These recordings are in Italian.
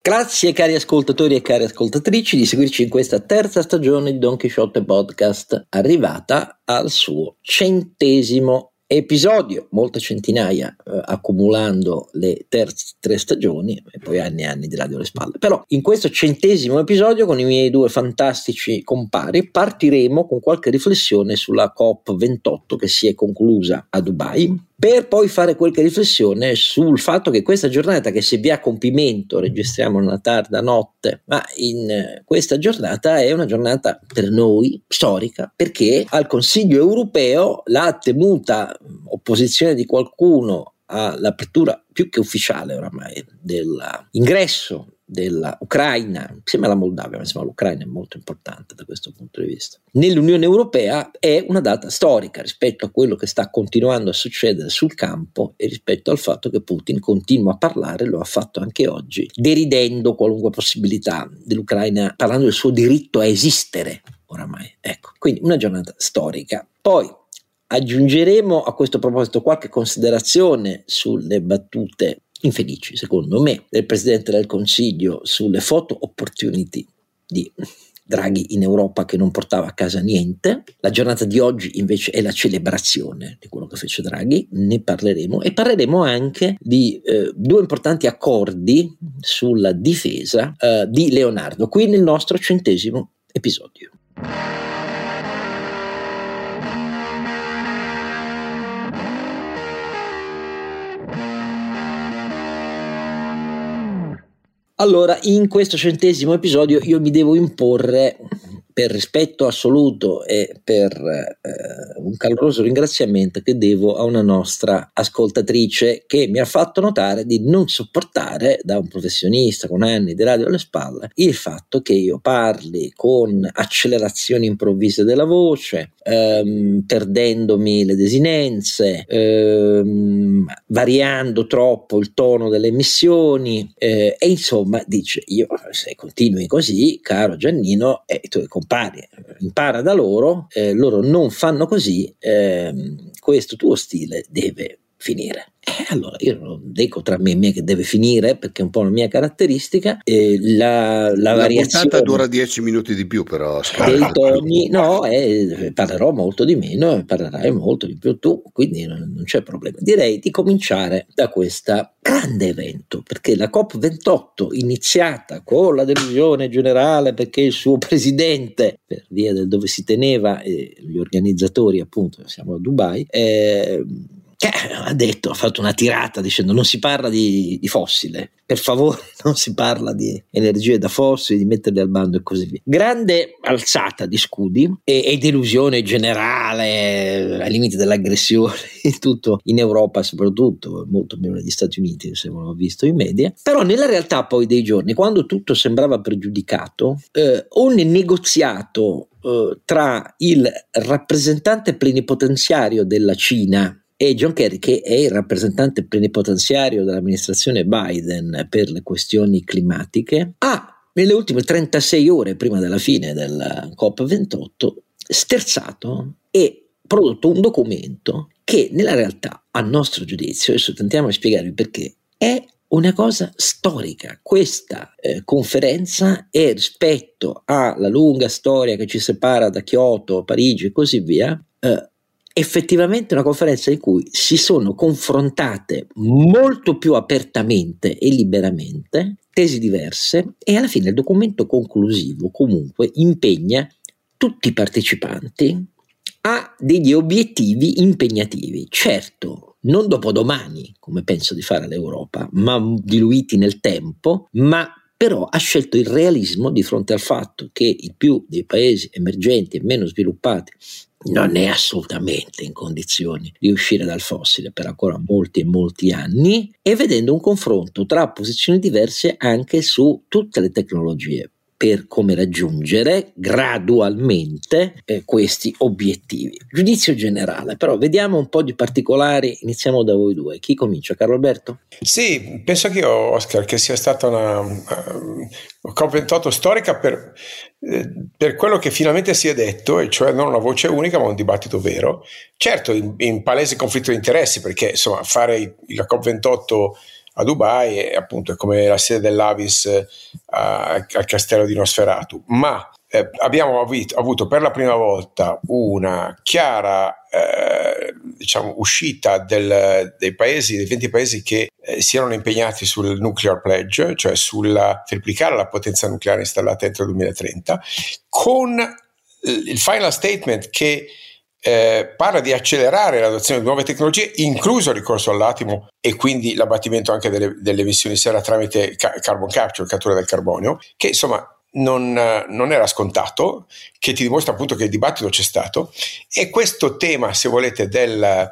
Grazie cari ascoltatori e cari ascoltatrici di seguirci in questa terza stagione di Don Chisciotte Podcast, arrivata al suo 100° episodio, molte centinaia, accumulando le terze 3 stagioni e poi anni e anni di radio alle spalle. Però in questo 100° episodio con i miei 2 fantastici compari partiremo con qualche riflessione sulla COP28 che si è conclusa a Dubai, per poi fare qualche riflessione sul fatto che questa giornata, che si avvia a compimento, registriamo una tarda notte, ma in questa giornata è una giornata per noi storica, perché al Consiglio europeo la temuta opposizione di qualcuno all'apertura più che ufficiale oramai dell'ingresso dell'Ucraina, insieme alla Moldavia, ma insomma l'Ucraina è molto importante da questo punto di vista, nell'Unione Europea è una data storica rispetto a quello che sta continuando a succedere sul campo e rispetto al fatto che Putin continua a parlare, lo ha fatto anche oggi, deridendo qualunque possibilità dell'Ucraina, parlando del suo diritto a esistere oramai. Ecco, quindi una giornata storica. Poi aggiungeremo a questo proposito qualche considerazione sulle battute infelici, secondo me, del Presidente del Consiglio sulle photo opportunity di Draghi in Europa che non portava a casa niente. La giornata di oggi invece è la celebrazione di quello che fece Draghi, ne parleremo e parleremo anche di 2 importanti accordi sulla difesa di Leonardo, qui nel nostro 100° episodio. Allora, in questo 100° episodio io mi devo imporre, per rispetto assoluto e per un caloroso ringraziamento che devo a una nostra ascoltatrice che mi ha fatto notare di non sopportare, da un professionista con anni di radio alle spalle, il fatto che io parli con accelerazioni improvvise della voce, perdendomi le desinenze, variando troppo il tono delle emissioni e insomma dice: io se continui così, caro Giannino, e i tuoi compagni impara da loro, loro non fanno così, questo tuo stile deve finire. Allora io non dico tra me e me che deve finire, perché è un po' una mia caratteristica, la variazione puntata dura 10 minuti di più, però dei toni, no, parlerò molto di meno e parlerai molto di più tu, quindi non c'è problema. Direi di cominciare da questo grande evento, perché la COP28, iniziata con la delusione generale perché il suo presidente, per via del dove si teneva e gli organizzatori, appunto siamo a Dubai, ha fatto una tirata dicendo: non si parla di fossile, per favore, non si parla di energie da fossili, di metterle al bando e così via. Grande alzata di scudi e delusione generale ai limiti dell'aggressione in tutto, in Europa soprattutto, molto meno negli Stati Uniti, se ho visto in media. Però nella realtà poi dei giorni, quando tutto sembrava pregiudicato, un negoziato tra il rappresentante plenipotenziario della Cina e John Kerry, che è il rappresentante plenipotenziario dell'amministrazione Biden per le questioni climatiche, ha nelle ultime 36 ore prima della fine del COP28 sterzato e prodotto un documento che nella realtà, a nostro giudizio, adesso tentiamo di spiegarvi perché, è una cosa storica. Questa conferenza è, rispetto alla lunga storia che ci separa da Kyoto, Parigi e così via, effettivamente una conferenza in cui si sono confrontate molto più apertamente e liberamente tesi diverse, e alla fine il documento conclusivo comunque impegna tutti i partecipanti a degli obiettivi impegnativi. Certo, non dopodomani, come penso di fare l'Europa, ma diluiti nel tempo, ma però ha scelto il realismo di fronte al fatto che il più dei paesi emergenti e meno sviluppati non è assolutamente in condizioni di uscire dal fossile per ancora molti e molti anni, e vedendo un confronto tra posizioni diverse anche su tutte le tecnologie per come raggiungere gradualmente questi obiettivi. Giudizio generale, però vediamo un po' di particolari, iniziamo da voi due. Chi comincia? Carlo Alberto? Sì, penso che io, Oscar, che sia stata una COP28 storica per quello che finalmente si è detto, e cioè non una voce unica ma un dibattito vero, certo in palese conflitto di interessi, perché insomma fare la COP28 a Dubai, e appunto è come la sede dell'Avis al castello di Nosferatu, ma abbiamo avuto per la prima volta una chiara diciamo uscita dei 20 paesi che si erano impegnati sul nuclear pledge, cioè sulla triplicare la potenza nucleare installata entro il 2030, con il final statement che parla di accelerare l'adozione di nuove tecnologie, incluso il ricorso all'atomo e quindi l'abbattimento anche delle emissioni serra tramite carbon capture, cattura del carbonio, che insomma non era scontato, che ti dimostra appunto che il dibattito c'è stato. E questo tema, se volete, del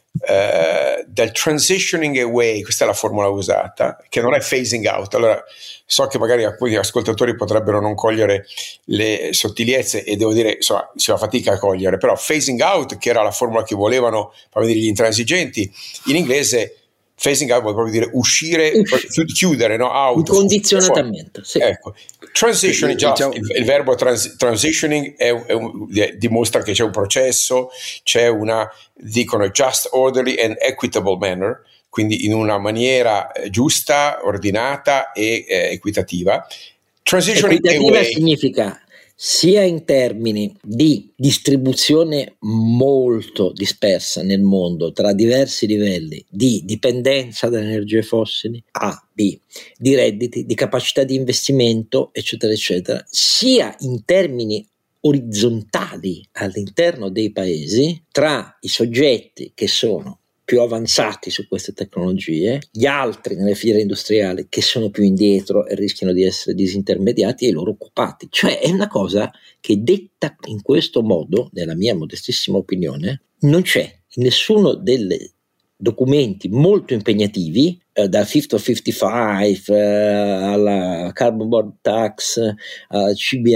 transitioning away, questa è la formula usata, che non è phasing out. Allora, so che magari alcuni ascoltatori potrebbero non cogliere le sottigliezze, e devo dire, insomma, si fa fatica a cogliere, però phasing out, che era la formula che volevano, per dire, gli intransigenti, in inglese phasing out vuol proprio dire uscire, chiudere, no? Out, incondizionatamente, sì. Ecco. Transitioning, il verbo transitioning dimostra che c'è un processo, c'è dicono just, orderly and equitable manner, quindi in una maniera giusta, ordinata e equitativa. Transitioning equitativa significa sia in termini di distribuzione molto dispersa nel mondo tra diversi livelli di dipendenza dalle energie fossili, B, di redditi, di capacità di investimento, eccetera, eccetera, sia in termini orizzontali all'interno dei paesi tra i soggetti che sono più avanzati su queste tecnologie, gli altri nelle filiere industriali che sono più indietro e rischiano di essere disintermediati, e i loro occupati. Cioè è una cosa che, detta in questo modo, nella mia modestissima opinione, non c'è in nessuno dei documenti molto impegnativi, dal Fit for 55 alla Carbon Border Tax, a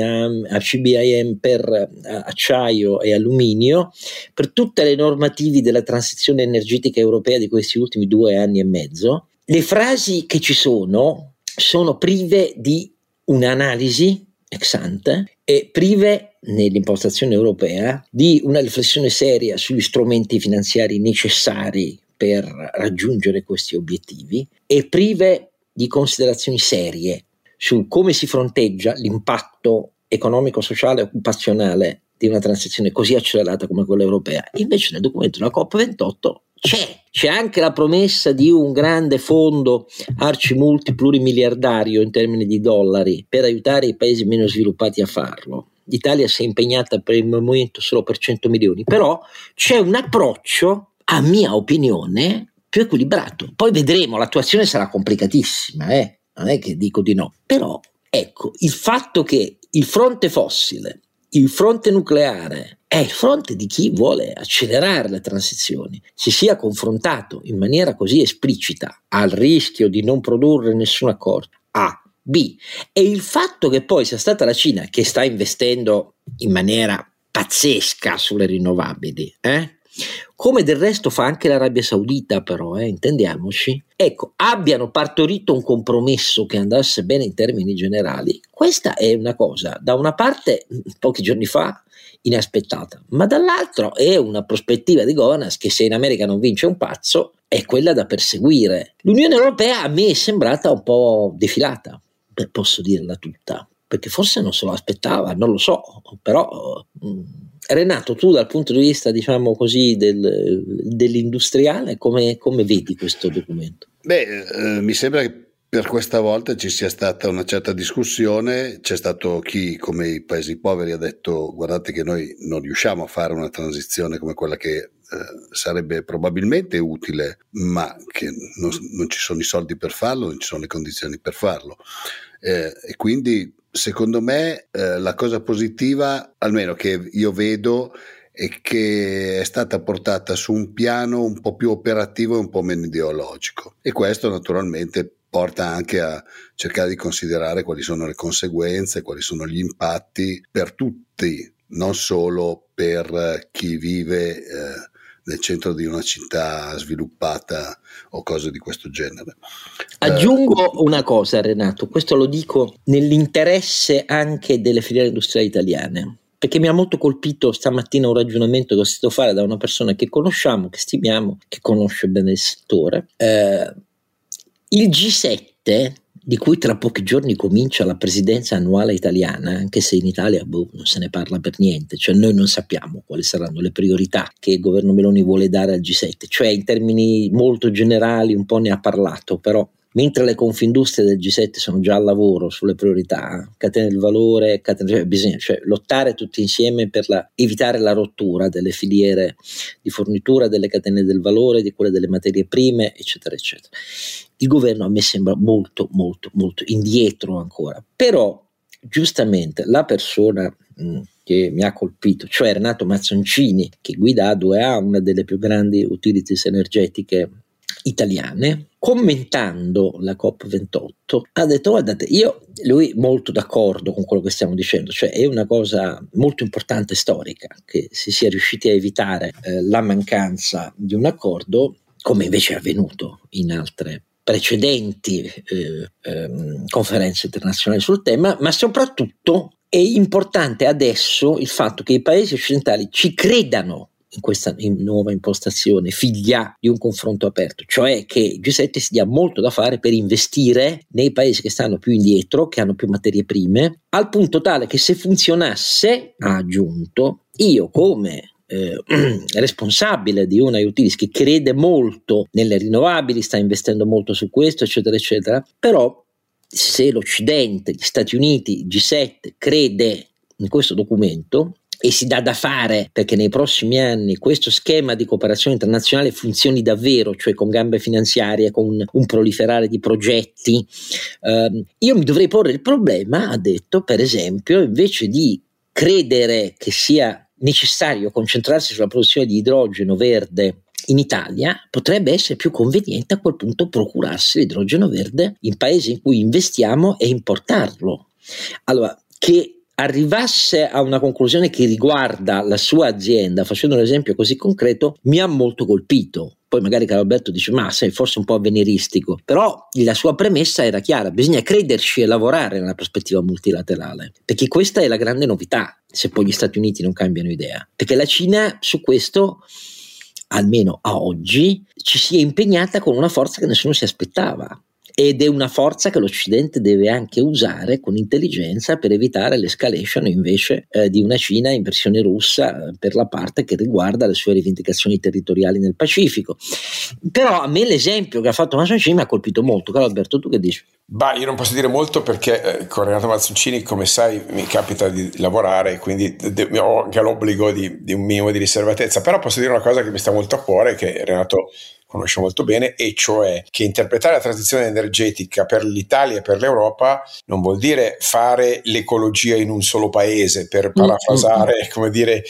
CBAM per acciaio e alluminio, per tutte le normative della transizione energetica europea di questi ultimi 2 anni e mezzo. Le frasi che ci sono prive di un'analisi ex ante e prive, nell'impostazione europea, di una riflessione seria sugli strumenti finanziari necessari per raggiungere questi obiettivi, e prive di considerazioni serie su come si fronteggia l'impatto economico, sociale e occupazionale di una transizione così accelerata come quella europea. Invece nel documento della COP28 c'è anche la promessa di un grande fondo arcimultiplurimiliardario in termini di dollari per aiutare i paesi meno sviluppati a farlo. L'Italia si è impegnata per il momento solo per 100 milioni, però c'è un approccio, a mia opinione, più equilibrato. Poi vedremo, l'attuazione sarà complicatissima, non è che dico di no, però ecco, il fatto che il fronte fossile, il fronte nucleare, è il fronte di chi vuole accelerare le transizioni, si sia confrontato in maniera così esplicita al rischio di non produrre nessun accordo, B, e il fatto che poi sia stata la Cina che sta investendo in maniera pazzesca sulle rinnovabili, come del resto fa anche l'Arabia Saudita, però, intendiamoci, ecco, abbiano partorito un compromesso che andasse bene in termini generali. Questa è una cosa, da una parte, pochi giorni fa, inaspettata, ma dall'altro è una prospettiva di governance che, se in America non vince un pazzo, è quella da perseguire. L'Unione Europea a me è sembrata un po' defilata, posso dirla tutta, perché forse non se lo aspettava, non lo so, però Renato, tu dal punto di vista, diciamo così, dell'industriale, come vedi questo documento? Mi sembra che per questa volta ci sia stata una certa discussione. C'è stato chi, come i paesi poveri, ha detto: guardate che noi non riusciamo a fare una transizione come quella che sarebbe probabilmente utile, ma che non ci sono i soldi per farlo, non ci sono le condizioni per farlo, e quindi secondo me la cosa positiva, almeno che io vedo, è che è stata portata su un piano un po' più operativo e un po' meno ideologico, e questo naturalmente porta anche a cercare di considerare quali sono le conseguenze, quali sono gli impatti per tutti, non solo per chi vive nel centro di una città sviluppata o cose di questo genere. Aggiungo una cosa, Renato, questo lo dico nell'interesse anche delle filiere industriali italiane, perché mi ha molto colpito stamattina un ragionamento che ho sentito fare da una persona che conosciamo, che stimiamo, che conosce bene il settore. Il G7, di cui tra pochi giorni comincia la presidenza annuale italiana, anche se in Italia non se ne parla per niente, cioè noi non sappiamo quali saranno le priorità che il governo Meloni vuole dare al G7, cioè in termini molto generali un po' ne ha parlato, però mentre le confindustrie del G7 sono già al lavoro sulle priorità, catene del valore, bisogna lottare tutti insieme per evitare la rottura delle filiere di fornitura, delle catene del valore, di quelle delle materie prime, eccetera, eccetera. Il governo a me sembra molto, molto, molto indietro ancora, però giustamente la persona che mi ha colpito, cioè Renato Mazzoncini, che guida A2A, una delle più grandi utilities energetiche italiane, commentando la COP28 ha detto: guardate, lui molto d'accordo con quello che stiamo dicendo, cioè è una cosa molto importante storica che si sia riusciti a evitare la mancanza di un accordo, come invece è avvenuto in altre precedenti conferenze internazionali sul tema, ma soprattutto è importante adesso il fatto che i paesi occidentali ci credano in questa nuova impostazione, figlia di un confronto aperto, cioè che il G7 si dia molto da fare per investire nei paesi che stanno più indietro, che hanno più materie prime, al punto tale che se funzionasse, ha aggiunto, io come responsabile di una utilities che crede molto nelle rinnovabili, sta investendo molto su questo, eccetera, eccetera, però se l'Occidente, gli Stati Uniti, il G7 crede in questo documento e si dà da fare perché nei prossimi anni questo schema di cooperazione internazionale funzioni davvero, cioè con gambe finanziarie, con un proliferare di progetti, io mi dovrei porre il problema, ha detto, per esempio, invece di credere che sia necessario concentrarsi sulla produzione di idrogeno verde in Italia, potrebbe essere più conveniente a quel punto procurarsi l'idrogeno verde in paesi in cui investiamo e importarlo. Allora, che arrivasse a una conclusione che riguarda la sua azienda, facendo un esempio così concreto, mi ha molto colpito. Poi magari Carlo Alberto dice: ma sei forse un po' avveniristico, però la sua premessa era chiara: bisogna crederci e lavorare nella prospettiva multilaterale, perché questa è la grande novità, se poi gli Stati Uniti non cambiano idea, perché la Cina su questo, almeno a oggi, ci si è impegnata con una forza che nessuno si aspettava. Ed è una forza che l'Occidente deve anche usare con intelligenza per evitare l'escalation invece di una Cina in versione russa per la parte che riguarda le sue rivendicazioni territoriali nel Pacifico. Però a me l'esempio che ha fatto Mazzoncini mi ha colpito molto. Carlo Alberto, tu che dici? Io non posso dire molto perché con Renato Mazzoncini, come sai, mi capita di lavorare, quindi ho anche l'obbligo di un minimo di riservatezza, però posso dire una cosa che mi sta molto a cuore, che Renato conosce molto bene, e cioè che interpretare la transizione energetica per l'Italia e per l'Europa non vuol dire fare l'ecologia in un solo paese, per parafrasare come dire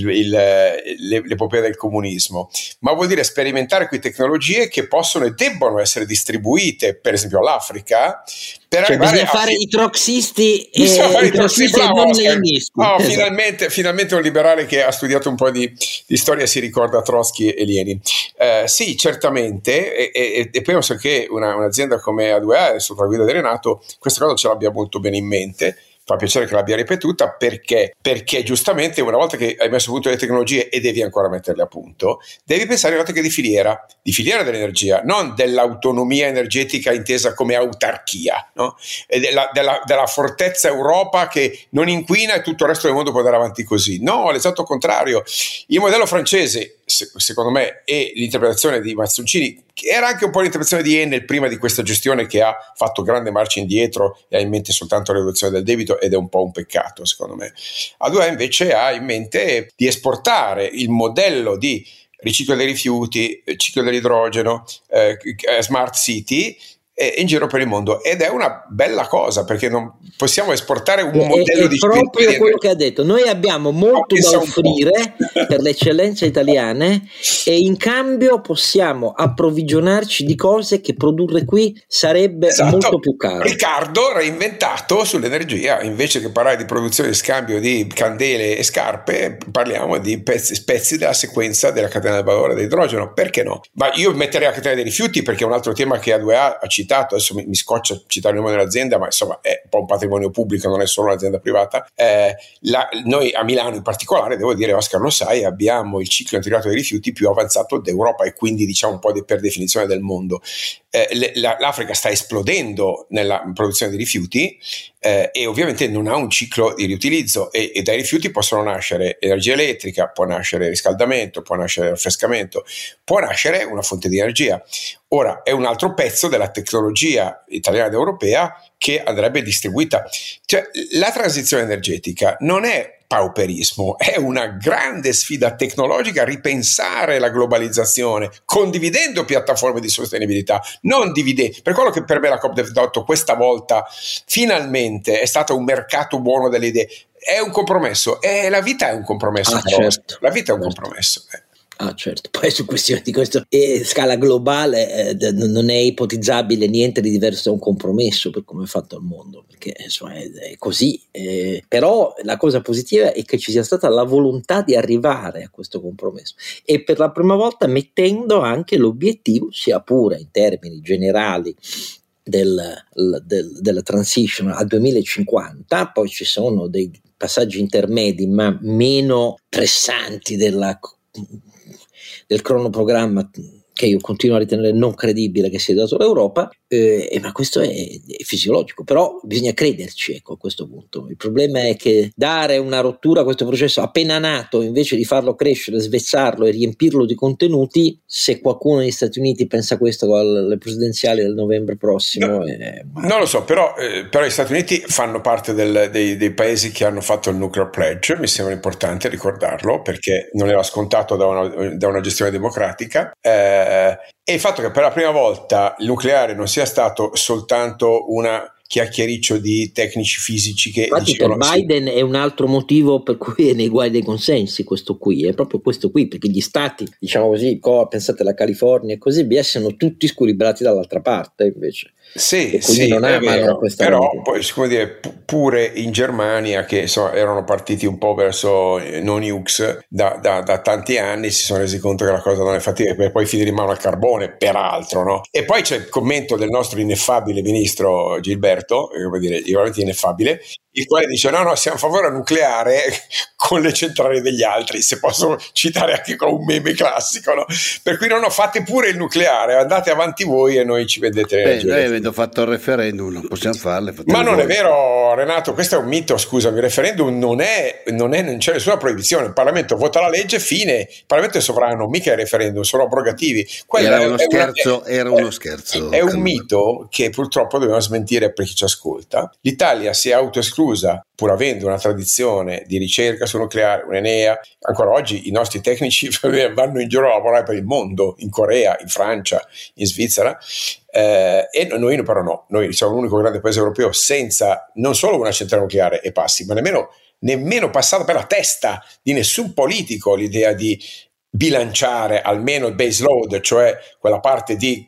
l'epopea del comunismo, ma vuol dire sperimentare qui tecnologie che possono e debbono essere distribuite per esempio all'Africa, per bisogna fare i troxisti e i troxisti e non leninisti. Finalmente un liberale che ha studiato un po' di storia si ricorda Trotsky e Lenin. Sì, certamente, e penso che un'azienda come A2A, sotto la guida di Renato, questa cosa ce l'abbia molto bene in mente. Fa piacere che l'abbia ripetuta perché giustamente una volta che hai messo a punto le tecnologie e devi ancora metterle a punto, devi pensare in ottica di filiera dell'energia, non dell'autonomia energetica intesa come autarchia, no? E della fortezza Europa che non inquina e tutto il resto del mondo può andare avanti così. No, l'esatto contrario. Il modello francese, secondo me, e l'interpretazione di Mazzoncini, che era anche un po' l'interpretazione di Enel prima di questa gestione che ha fatto grande marcia indietro e ha in mente soltanto la riduzione del debito, ed è un po' un peccato secondo me. A2A invece ha in mente di esportare il modello di riciclo dei rifiuti, ciclo dell'idrogeno, smart city in giro per il mondo, ed è una bella cosa perché non possiamo esportare un modello di proprio quello che ha detto. Noi abbiamo molto da offrire per le eccellenze italiane e in cambio possiamo approvvigionarci di cose che produrre qui sarebbe molto più caro. Riccardo reinventato sull'energia, invece che parlare di produzione e scambio di candele e scarpe, parliamo di pezzi della sequenza della catena del valore dell'idrogeno. Perché no? Ma io metterei la catena dei rifiuti perché è un altro tema che A2A ha citato citato, adesso mi scoccia citare il nome dell'azienda, ma insomma è un po' un patrimonio pubblico, non è solo un'azienda privata. Noi a Milano in particolare, devo dire, Oscar lo sai, abbiamo il ciclo integrato dei rifiuti più avanzato d'Europa e quindi diciamo un po' per definizione del mondo. L'Africa sta esplodendo nella produzione di rifiuti e ovviamente non ha un ciclo di riutilizzo e dai rifiuti possono nascere energia elettrica, può nascere riscaldamento, può nascere raffrescamento, può nascere una fonte di energia. Ora è un altro pezzo della tecnologia italiana ed europea che andrebbe distribuita. Cioè, la transizione energetica non è pauperismo, è una grande sfida tecnologica, ripensare la globalizzazione condividendo piattaforme di sostenibilità, non dividendo. Per quello che per me la COP28 questa volta finalmente è stato un mercato buono delle idee, è un compromesso, la vita è un compromesso, certo, la vita è un compromesso. Certo, poi su questione di questo scala globale non è ipotizzabile niente di diverso da un compromesso per come è fatto il mondo, perché insomma, è così, però la cosa positiva è che ci sia stata la volontà di arrivare a questo compromesso e per la prima volta mettendo anche l'obiettivo, sia pure in termini generali, della transition al 2050, poi ci sono dei passaggi intermedi ma meno pressanti del cronoprogramma che io continuo a ritenere non credibile che sia dato l'Europa, ma questo è fisiologico, però bisogna crederci, ecco, a questo punto. Il problema è che dare una rottura a questo processo appena nato, invece di farlo crescere, svezzarlo e riempirlo di contenuti, se qualcuno negli Stati Uniti pensa questo alle presidenziali del novembre prossimo... Non lo so, però gli Stati Uniti fanno parte dei paesi che hanno fatto il Nuclear Pledge, mi sembra importante ricordarlo, perché non era scontato da una gestione democratica, e il fatto che per la prima volta il nucleare non sia stato soltanto una chiacchiericcio di tecnici fisici che infatti dicevano, per Biden è un altro motivo per cui è nei guai dei consensi questo qui, è proprio questo qui, perché gli stati, diciamo così, pensate alla California e così via, sono tutti squilibrati dall'altra parte invece. Sì, non è vero, però roba. poi come dire, pure in Germania che insomma, erano partiti un po' verso no nukes da tanti anni, si sono resi conto che la cosa non è fattiva per poi finire in mano al carbone, peraltro, no? E poi c'è il commento del nostro ineffabile ministro Gilberto, come dire, veramente ineffabile, il quale dice no, siamo a favore del nucleare con le centrali degli altri, se posso citare anche con un meme classico, no? Per cui no, fate pure il nucleare, andate avanti voi e noi ci vendete l'energia. Noi avendo fatto il referendum non possiamo farle. Ma non è vero, Renato, questo è un mito, scusami, il referendum non c'è nessuna proibizione, il Parlamento vota la legge, fine, il Parlamento è sovrano, mica il referendum, sono abrogativi. Era uno scherzo. È un mito che purtroppo dobbiamo smentire per chi ci ascolta. L'Italia si è autoesclusa, pur avendo una tradizione di ricerca sul nucleare, un'Enea. Ancora oggi i nostri tecnici vanno in giro a lavorare per il mondo, in Corea, in Francia, in Svizzera, e noi però no, noi siamo l'unico grande paese europeo senza non solo una centrale nucleare e passi, ma nemmeno passata per la testa di nessun politico l'idea di bilanciare almeno il base load, cioè quella parte di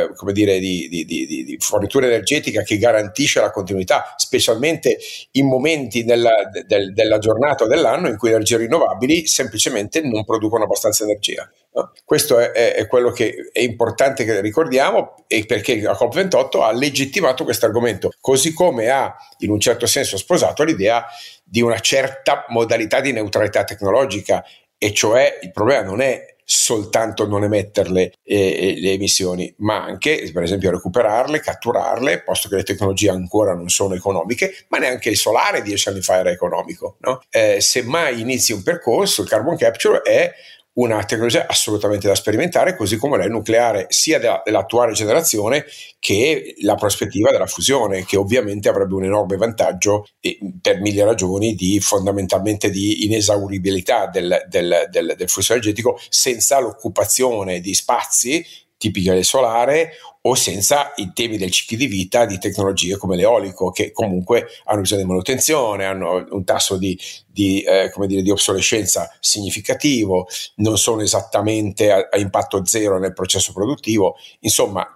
fornitura energetica che garantisce la continuità, specialmente in momenti della giornata o dell'anno in cui le energie rinnovabili semplicemente non producono abbastanza energia. No? Questo è quello che è importante che ricordiamo, e perché la COP28 ha legittimato questo argomento, così come ha in un certo senso sposato l'idea di una certa modalità di neutralità tecnologica. E cioè il problema non è soltanto non emetterle le emissioni, ma anche per esempio recuperarle, catturarle, posto che le tecnologie ancora non sono economiche, ma neanche il solare 10 anni fa era economico, no? Se mai inizi un percorso, il carbon capture è una tecnologia assolutamente da sperimentare, così come il nucleare sia dell'attuale generazione che la prospettiva della fusione, che ovviamente avrebbe un enorme vantaggio per mille ragioni fondamentalmente di inesauribilità del flusso energetico, senza l'occupazione di spazi tipiche del solare o senza i temi del ciclo di vita di tecnologie come l'eolico, che comunque hanno bisogno di manutenzione, hanno un tasso di obsolescenza significativo, non sono esattamente a impatto zero nel processo produttivo. Insomma, cioè,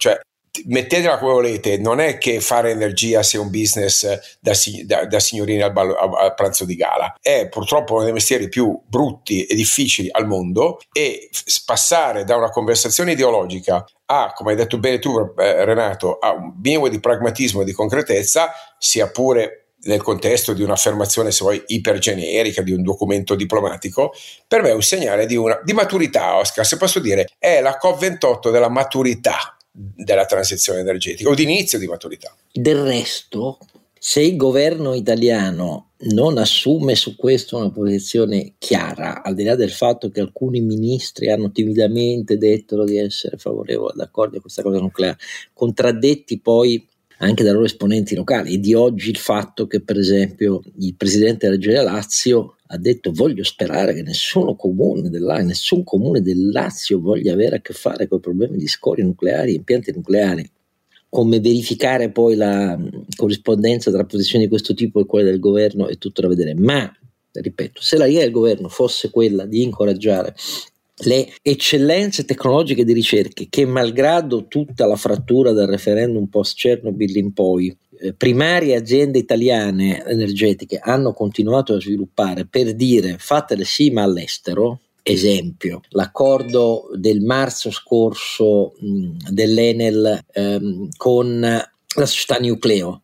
mettetela come volete, non è che fare energia sia un business da signorini al pranzo di gala, è purtroppo uno dei mestieri più brutti e difficili al mondo, e passare da una conversazione ideologica a, come hai detto bene tu Renato, a un minimo di pragmatismo e di concretezza, sia pure nel contesto di un'affermazione, se vuoi, ipergenerica, di un documento diplomatico, per me è un segnale di maturità, Oscar, se posso dire, è la COP28 della maturità della transizione energetica, o di inizio di maturità. Del resto, se il governo italiano non assume su questo una posizione chiara, al di là del fatto che alcuni ministri hanno timidamente detto di essere favorevoli all'accordo di questa cosa nucleare, contraddetti poi anche dai loro esponenti locali, e di oggi il fatto che per esempio il presidente della Regione Lazio ha detto: voglio sperare che nessun comune del Lazio voglia avere a che fare con i problemi di scorie nucleari e impianti nucleari. Come verificare poi la corrispondenza tra posizioni di questo tipo e quelle del governo è tutto da vedere, ma ripeto, se la linea del governo fosse quella di incoraggiare le eccellenze tecnologiche di ricerche che, malgrado tutta la frattura del referendum post Chernobyl in poi, primarie aziende italiane energetiche hanno continuato a sviluppare, per dire fatele sì ma all'estero, esempio l'accordo del marzo scorso dell'Enel con la società Nucleo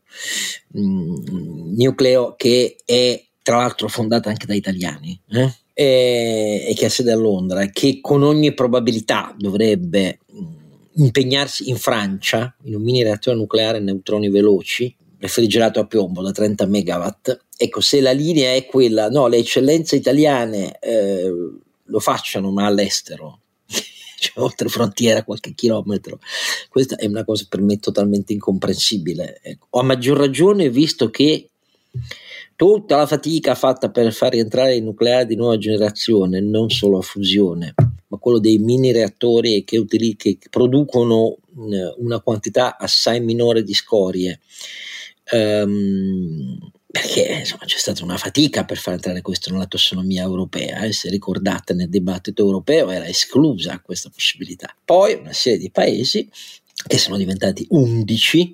che è tra l'altro fondata anche da italiani, e che ha sede a Londra, e che con ogni probabilità dovrebbe impegnarsi in Francia in un mini reattore nucleare a neutroni veloci refrigerato a piombo da 30 megawatt. Ecco, se la linea è quella, no, le eccellenze italiane lo facciano ma all'estero, cioè oltre frontiera qualche chilometro, questa è una cosa per me totalmente incomprensibile, ecco. A maggior ragione visto che tutta la fatica fatta per far rientrare il nucleare di nuova generazione, non solo a fusione, ma quello dei mini reattori che producono una quantità assai minore di scorie, perché insomma c'è stata una fatica per far entrare questo nella tassonomia europea, se ricordate nel dibattito europeo era esclusa questa possibilità. Poi una serie di paesi, che sono diventati 11,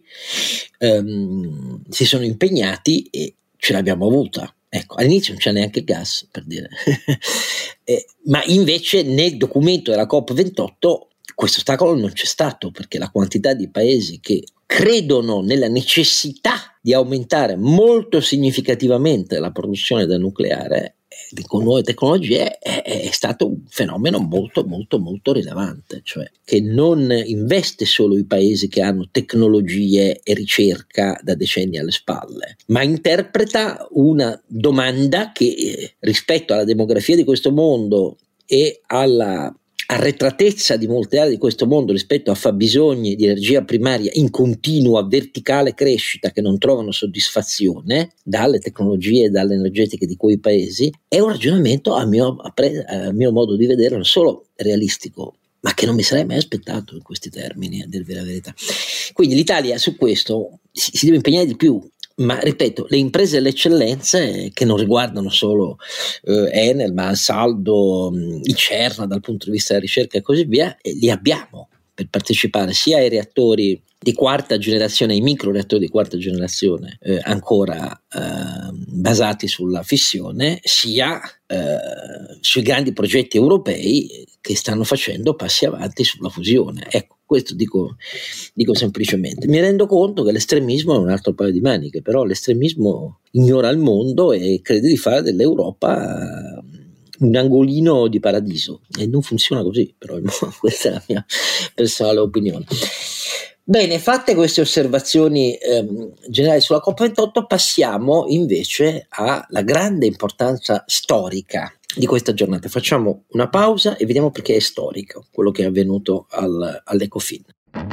si sono impegnati e ce l'abbiamo avuta. Ecco, all'inizio non c'è neanche il gas, per dire. Ma invece nel documento della COP28 questo ostacolo non c'è stato, perché la quantità di paesi che credono nella necessità di aumentare molto significativamente la produzione del nucleare con nuove tecnologie è stato un fenomeno molto molto molto rilevante, cioè che non investe solo i paesi che hanno tecnologie e ricerca da decenni alle spalle, ma interpreta una domanda che rispetto alla demografia di questo mondo e alla arretratezza di molte aree di questo mondo rispetto a fabbisogni di energia primaria in continua verticale crescita che non trovano soddisfazione dalle tecnologie e dalle energetiche di quei paesi, è un ragionamento a mio modo di vedere non solo realistico, ma che non mi sarei mai aspettato in questi termini, a dirvi la verità. Quindi l'Italia su questo si deve impegnare di più. Ma ripeto, le imprese e le eccellenze che non riguardano solo Enel, ma Ansaldo, Icerna dal punto di vista della ricerca e così via, li abbiamo per partecipare sia ai reattori di quarta generazione, ai microreattori di quarta generazione ancora basati sulla fissione, sia sui grandi progetti europei che stanno facendo passi avanti sulla fusione. Ecco, questo dico semplicemente. Mi rendo conto che l'estremismo è un altro paio di maniche, però l'estremismo ignora il mondo e crede di fare dell'Europa un angolino di paradiso, e non funziona così, però questa è la mia personale opinione. Bene, fatte queste osservazioni generali sulla COP28, passiamo invece alla grande importanza storica di questa giornata. Facciamo una pausa e vediamo perché è storico quello che è avvenuto all'Ecofin.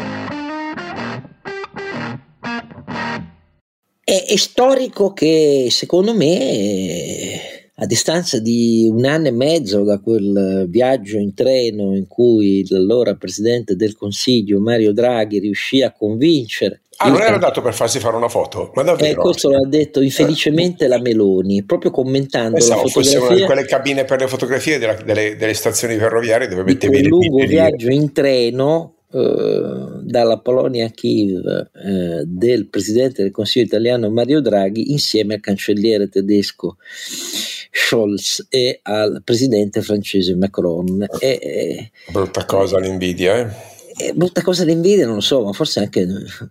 È storico che secondo me a distanza di un anno e mezzo da quel viaggio in treno in cui l'allora Presidente del Consiglio Mario Draghi riuscì a convincere... non era dato per farsi fare una foto? Ma davvero? Questo l'ha detto infelicemente la Meloni, proprio commentando la fotografia. Fosse una di quelle cabine per le fotografie delle stazioni ferroviarie dove mettevi il lungo le viaggio in treno dalla Polonia a Kiev del presidente del Consiglio italiano Mario Draghi insieme al cancelliere tedesco Scholz e al presidente francese Macron. Brutta cosa l'invidia, brutta cosa l'invidia, non lo so, ma forse anche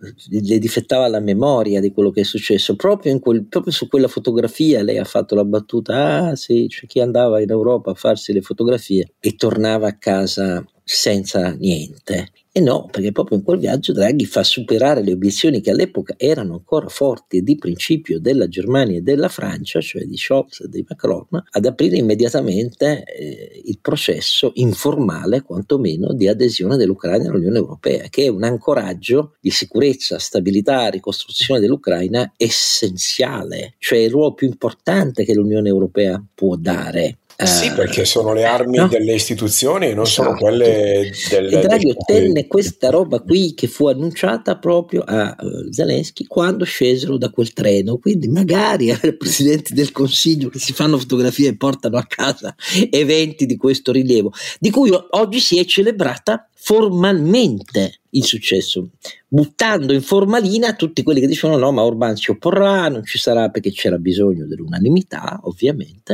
le difettava la memoria di quello che è successo. Proprio su quella fotografia lei ha fatto la battuta: sì, c'è chi andava in Europa a farsi le fotografie e tornava a casa senza niente. E no, perché proprio in quel viaggio Draghi fa superare le obiezioni che all'epoca erano ancora forti e di principio della Germania e della Francia, cioè di Scholz e di Macron, ad aprire immediatamente il processo informale, quantomeno, di adesione dell'Ucraina all'Unione Europea, che è un ancoraggio di sicurezza, stabilità, ricostruzione dell'Ucraina essenziale, cioè il ruolo più importante che l'Unione Europea può dare. Sì, perché sono le armi delle istituzioni e non sono quelle e Draghi ottenne questa roba qui che fu annunciata proprio a Zelensky quando scesero da quel treno, quindi magari ai presidenti del Consiglio che si fanno fotografie e portano a casa eventi di questo rilievo, di cui oggi si è celebrata formalmente il successo, buttando in formalina tutti quelli che dicevano no, ma Orban si opporrà, non ci sarà, perché c'era bisogno dell'unanimità ovviamente,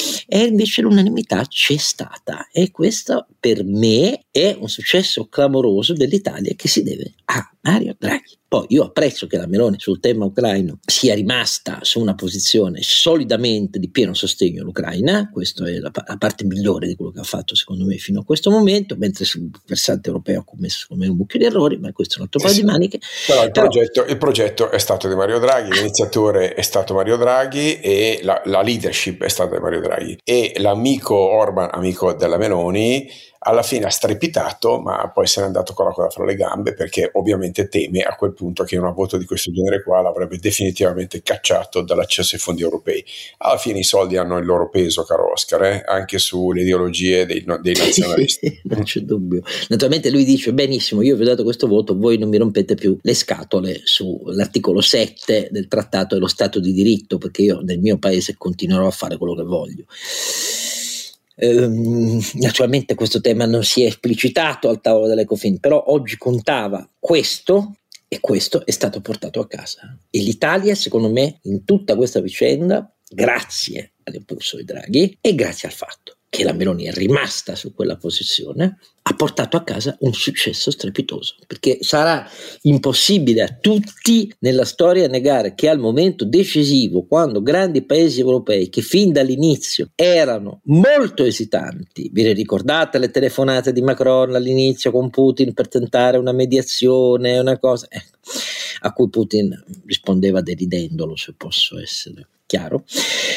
e invece l'unanimità c'è stata, e questo per me è un successo clamoroso dell'Italia che si deve a Mario Draghi. Poi io apprezzo che la Meloni sul tema ucraino sia rimasta su una posizione solidamente di pieno sostegno all'Ucraina, questa è la parte migliore di quello che ha fatto secondo me fino a questo momento, mentre sul versante europeo ha commesso secondo me un mucchio di errori, ma questo è un altro paio di maniche. Però il progetto è stato di Mario Draghi, l'iniziatore è stato Mario Draghi e la leadership è stata di Mario Draghi, e l'amico Orban, amico della Meloni, alla fine ha strepitato, ma poi se n'è andato con la coda fra le gambe, perché ovviamente teme a quel punto che una voto di questo genere qua l'avrebbe definitivamente cacciato dall'accesso ai fondi europei. Alla fine i soldi hanno il loro peso, caro Oscar, anche sulle ideologie dei nazionalisti. Non c'è dubbio. Naturalmente lui dice: benissimo, io vi ho dato questo voto, voi non mi rompete più le scatole sull'articolo 7 del trattato dello Stato di diritto, perché io nel mio paese continuerò a fare quello che voglio. Naturalmente questo tema non si è esplicitato al tavolo dell'Ecofin, però oggi contava questo, e questo è stato portato a casa, e l'Italia secondo me in tutta questa vicenda, grazie all'impulso di Draghi e grazie al fatto che la Meloni è rimasta su quella posizione, ha portato a casa un successo strepitoso, perché sarà impossibile a tutti nella storia negare che al momento decisivo, quando grandi paesi europei che fin dall'inizio erano molto esitanti, vi ricordate le telefonate di Macron all'inizio con Putin per tentare una mediazione, una cosa, a cui Putin rispondeva deridendolo, se posso essere chiaro,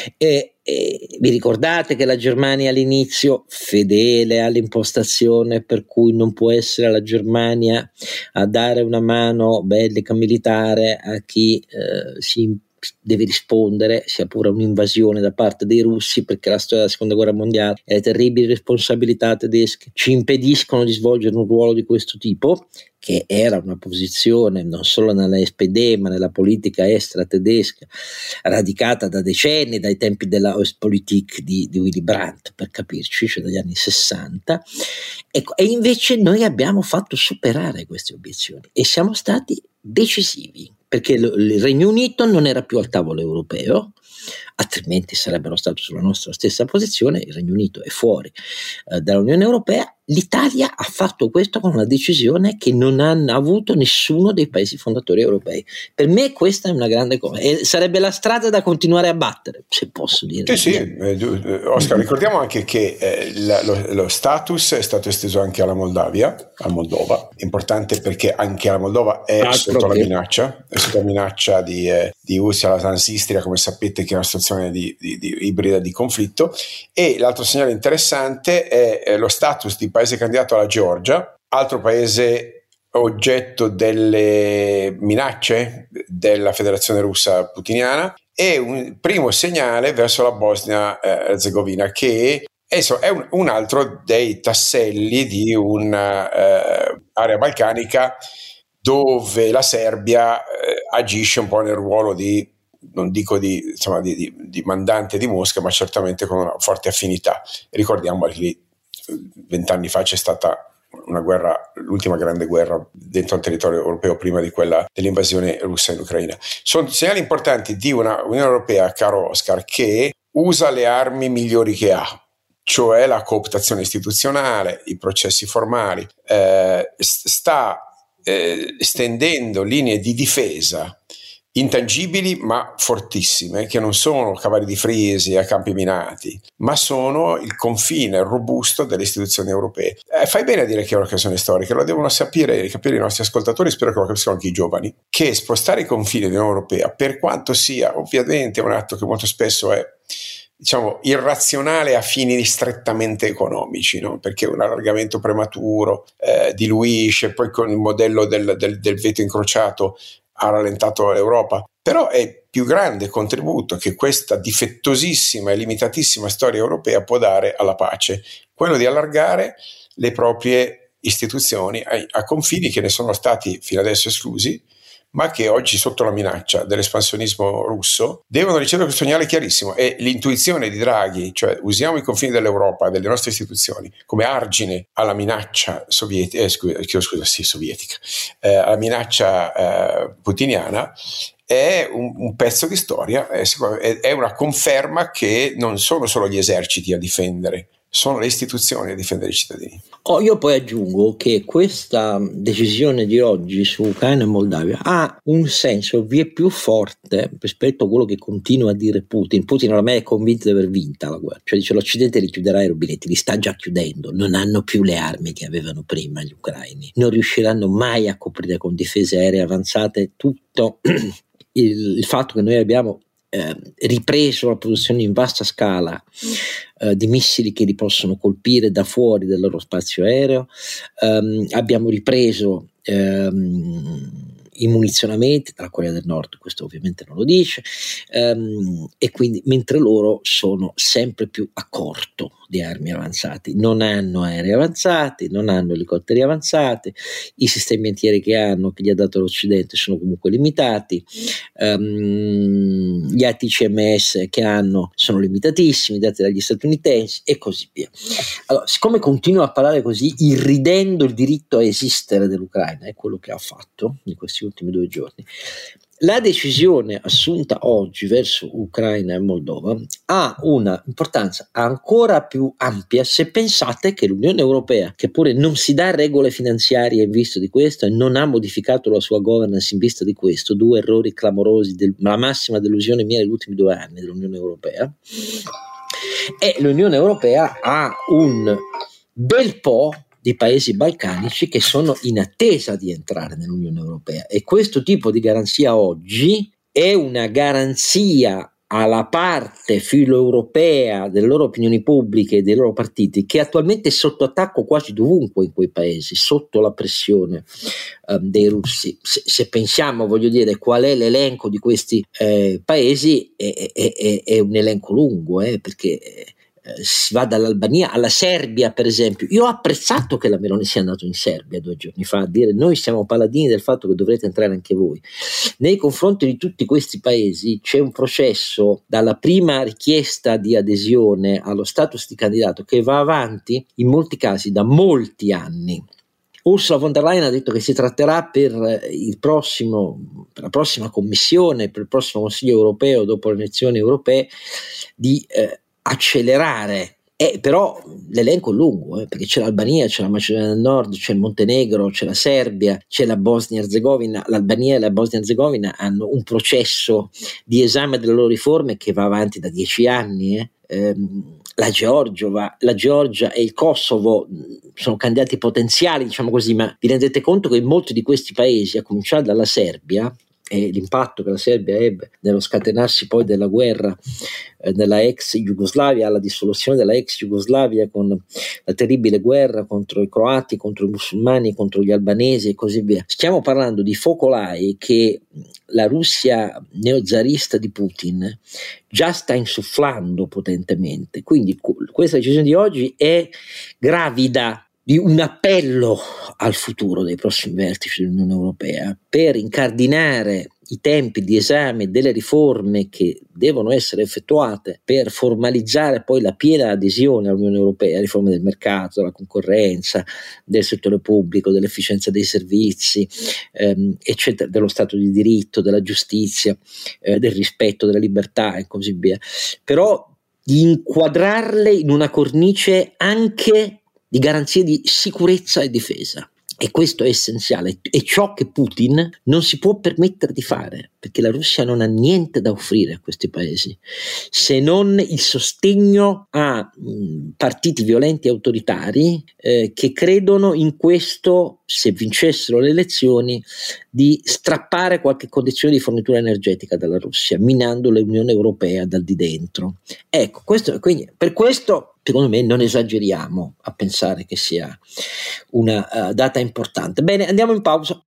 vi ricordate che la Germania all'inizio, fedele all'impostazione per cui non può essere la Germania a dare una mano bellica militare a chi si deve rispondere, sia pure un'invasione da parte dei russi, perché la storia della seconda guerra mondiale e le terribili responsabilità tedesche ci impediscono di svolgere un ruolo di questo tipo, che era una posizione non solo nella SPD ma nella politica estera tedesca radicata da decenni, dai tempi della Ostpolitik di Willy Brandt, per capirci, cioè dagli anni 60. Ecco, e invece noi abbiamo fatto superare queste obiezioni e siamo stati decisivi, perché il Regno Unito non era più al tavolo europeo, altrimenti sarebbero stati sulla nostra stessa posizione. Il Regno Unito è fuori dall'Unione Europea. L'Italia ha fatto questo con una decisione che non ha avuto nessuno dei paesi fondatori europei. Per me questa è una grande cosa e sarebbe la strada da continuare a battere, se posso dire. Sì, Oscar, ricordiamo anche che lo status è stato esteso anche alla Moldova, importante perché anche la Moldova è sotto la minaccia di Ursula Transnistria, come sapete, che è una situazione di ibrida di conflitto. E l'altro segnale interessante è lo status di paese candidato alla Georgia, altro paese oggetto delle minacce della Federazione Russa putiniana, e un primo segnale verso la Bosnia-Herzegovina, che è un altro dei tasselli di un'area balcanica dove la Serbia agisce un po' nel ruolo di, non dico di mandante di Mosca, ma certamente con una forte affinità. Ricordiamo che lì 20 anni fa c'è stata una guerra, l'ultima grande guerra dentro un territorio europeo prima di quella dell'invasione russa in Ucraina. Sono segnali importanti di una Unione Europea, caro Oscar, che usa le armi migliori che ha, cioè la cooptazione istituzionale, i processi formali, sta estendendo linee di difesa intangibili ma fortissime, che non sono cavalli di Frisi e campi minati, ma sono il confine robusto delle istituzioni europee. Fai bene a dire che è un'occasione storica, lo devono capire i nostri ascoltatori, spero che lo capiscano anche i giovani, che spostare i confini dell'Unione Europea, per quanto sia ovviamente un atto che molto spesso è, diciamo, irrazionale a fini strettamente economici, no? Perché un allargamento prematuro diluisce, poi con il modello del veto incrociato ha rallentato l'Europa, però è il più grande contributo che questa difettosissima e limitatissima storia europea può dare alla pace, quello di allargare le proprie istituzioni a confini che ne sono stati fino adesso esclusi, ma che oggi sotto la minaccia dell'espansionismo russo devono ricevere questo segnale chiarissimo. E l'intuizione di Draghi, cioè usiamo i confini dell'Europa, delle nostre istituzioni, come argine alla minaccia sovietica, alla minaccia putiniana, è un pezzo di storia, è una conferma che non sono solo gli eserciti a difendere, sono le istituzioni a difendere i cittadini. Io poi aggiungo che questa decisione di oggi su Ucraina e Moldavia ha un senso vieppiù forte rispetto a quello che continua a dire Putin. Putin ormai è convinto di aver vinta la guerra, cioè dice l'Occidente richiuderà i rubinetti, li sta già chiudendo, non hanno più le armi che avevano prima gli ucraini, non riusciranno mai a coprire con difese aeree avanzate tutto il fatto che noi abbiamo ripreso la produzione in vasta scala di missili che li possono colpire da fuori del loro spazio aereo, abbiamo ripreso i munizionamenti dalla Corea del Nord, questo ovviamente non lo dice, e quindi mentre loro sono sempre più a corto di armi avanzate, non hanno aerei avanzati, non hanno elicotteri avanzati, i sistemi antiaerei che hanno, che gli ha dato l'Occidente, sono comunque limitati, gli ATCMS che hanno sono limitatissimi dati dagli statunitensi e così via. Allora, siccome continua a parlare così, irridendo il diritto a esistere dell'Ucraina, è quello che ha fatto in questi ultimi 2 giorni, la decisione assunta oggi verso Ucraina e Moldova ha una importanza ancora più ampia se pensate che l'Unione Europea, che pure non si dà regole finanziarie in vista di questo e non ha modificato la sua governance in vista di questo, 2 errori clamorosi, la massima delusione mia negli ultimi 2 anni dell'Unione Europea, e l'Unione Europea ha un bel po' di paesi balcanici che sono in attesa di entrare nell'Unione Europea, e questo tipo di garanzia oggi è una garanzia alla parte filoeuropea delle loro opinioni pubbliche e dei loro partiti, che attualmente è sotto attacco quasi dovunque in quei paesi, sotto la pressione dei russi. Se pensiamo, voglio dire, qual è l'elenco di questi paesi, è un elenco lungo, perché si va dall'Albania alla Serbia, per esempio. Io ho apprezzato che la Meloni sia andato in Serbia 2 giorni fa a dire: noi siamo paladini del fatto che dovrete entrare anche voi. Nei confronti di tutti questi paesi c'è un processo dalla prima richiesta di adesione allo status di candidato che va avanti in molti casi da molti anni. Ursula von der Leyen ha detto che si tratterà per la prossima commissione, per il prossimo Consiglio europeo dopo le elezioni europee, di accelerare, però l'elenco è lungo, perché c'è l'Albania, c'è la Macedonia del Nord, c'è il Montenegro, c'è la Serbia, c'è la Bosnia-Herzegovina. L'Albania e la Bosnia-Herzegovina hanno un processo di esame delle loro riforme che va avanti da 10 anni. La Georgia e il Kosovo sono candidati potenziali, diciamo così, ma vi rendete conto che in molti di questi paesi, a cominciare dalla Serbia, e l'impatto che la Serbia ebbe nello scatenarsi poi della guerra nella ex Jugoslavia, alla dissoluzione della ex Jugoslavia, con la terribile guerra contro i croati, contro i musulmani, contro gli albanesi e così via. Stiamo parlando di focolai che la Russia neozarista di Putin già sta insufflando potentemente, quindi questa decisione di oggi è gravida di un appello al futuro dei prossimi vertici dell'Unione Europea per incardinare i tempi di esame delle riforme che devono essere effettuate per formalizzare poi la piena adesione all'Unione Europea, riforme del mercato, della concorrenza, del settore pubblico, dell'efficienza dei servizi, eccetera, dello Stato di diritto, della giustizia, del rispetto della libertà e così via. Però di inquadrarle in una cornice anche di garanzie di sicurezza e difesa. E questo è essenziale, è ciò che Putin non si può permettere di fare, perché la Russia non ha niente da offrire a questi paesi, se non il sostegno a partiti violenti e autoritari che credono in questo, se vincessero le elezioni, di strappare qualche condizione di fornitura energetica dalla Russia, minando l'Unione Europea dal di dentro. Ecco, quindi per questo secondo me non esageriamo a pensare che sia una data importante. Bene, andiamo in pausa.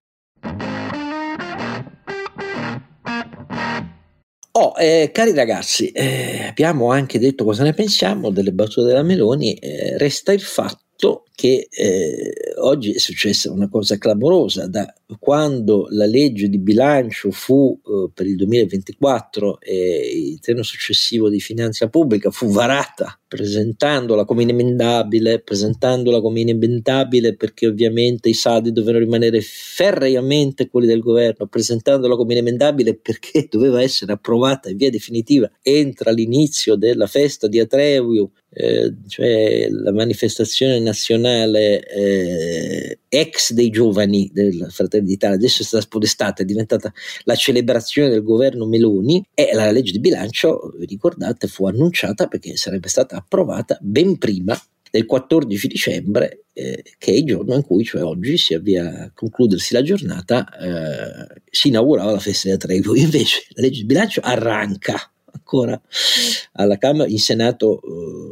Cari ragazzi, abbiamo anche detto cosa ne pensiamo delle battute della Meloni, resta il fatto che oggi è successa una cosa clamorosa. Da quando la legge di bilancio fu per il 2024 e il treno successivo di finanza pubblica fu varata, presentandola come inemendabile perché ovviamente i saldi dovevano rimanere ferreamente quelli del governo, presentandola come inemendabile perché doveva essere approvata in via definitiva entro l'inizio della festa di Atreu, cioè la manifestazione nazionale ex dei giovani del Fratelli d'Italia, adesso è stata spodestata, è diventata la celebrazione del governo Meloni, e la legge di bilancio, vi ricordate, fu annunciata perché sarebbe stata approvata ben prima del 14 dicembre, che è il giorno in cui, cioè oggi, si avvia a concludersi la giornata, si inaugurava la festa di Atreu. Invece la legge di bilancio arranca ancora alla Camera, in Senato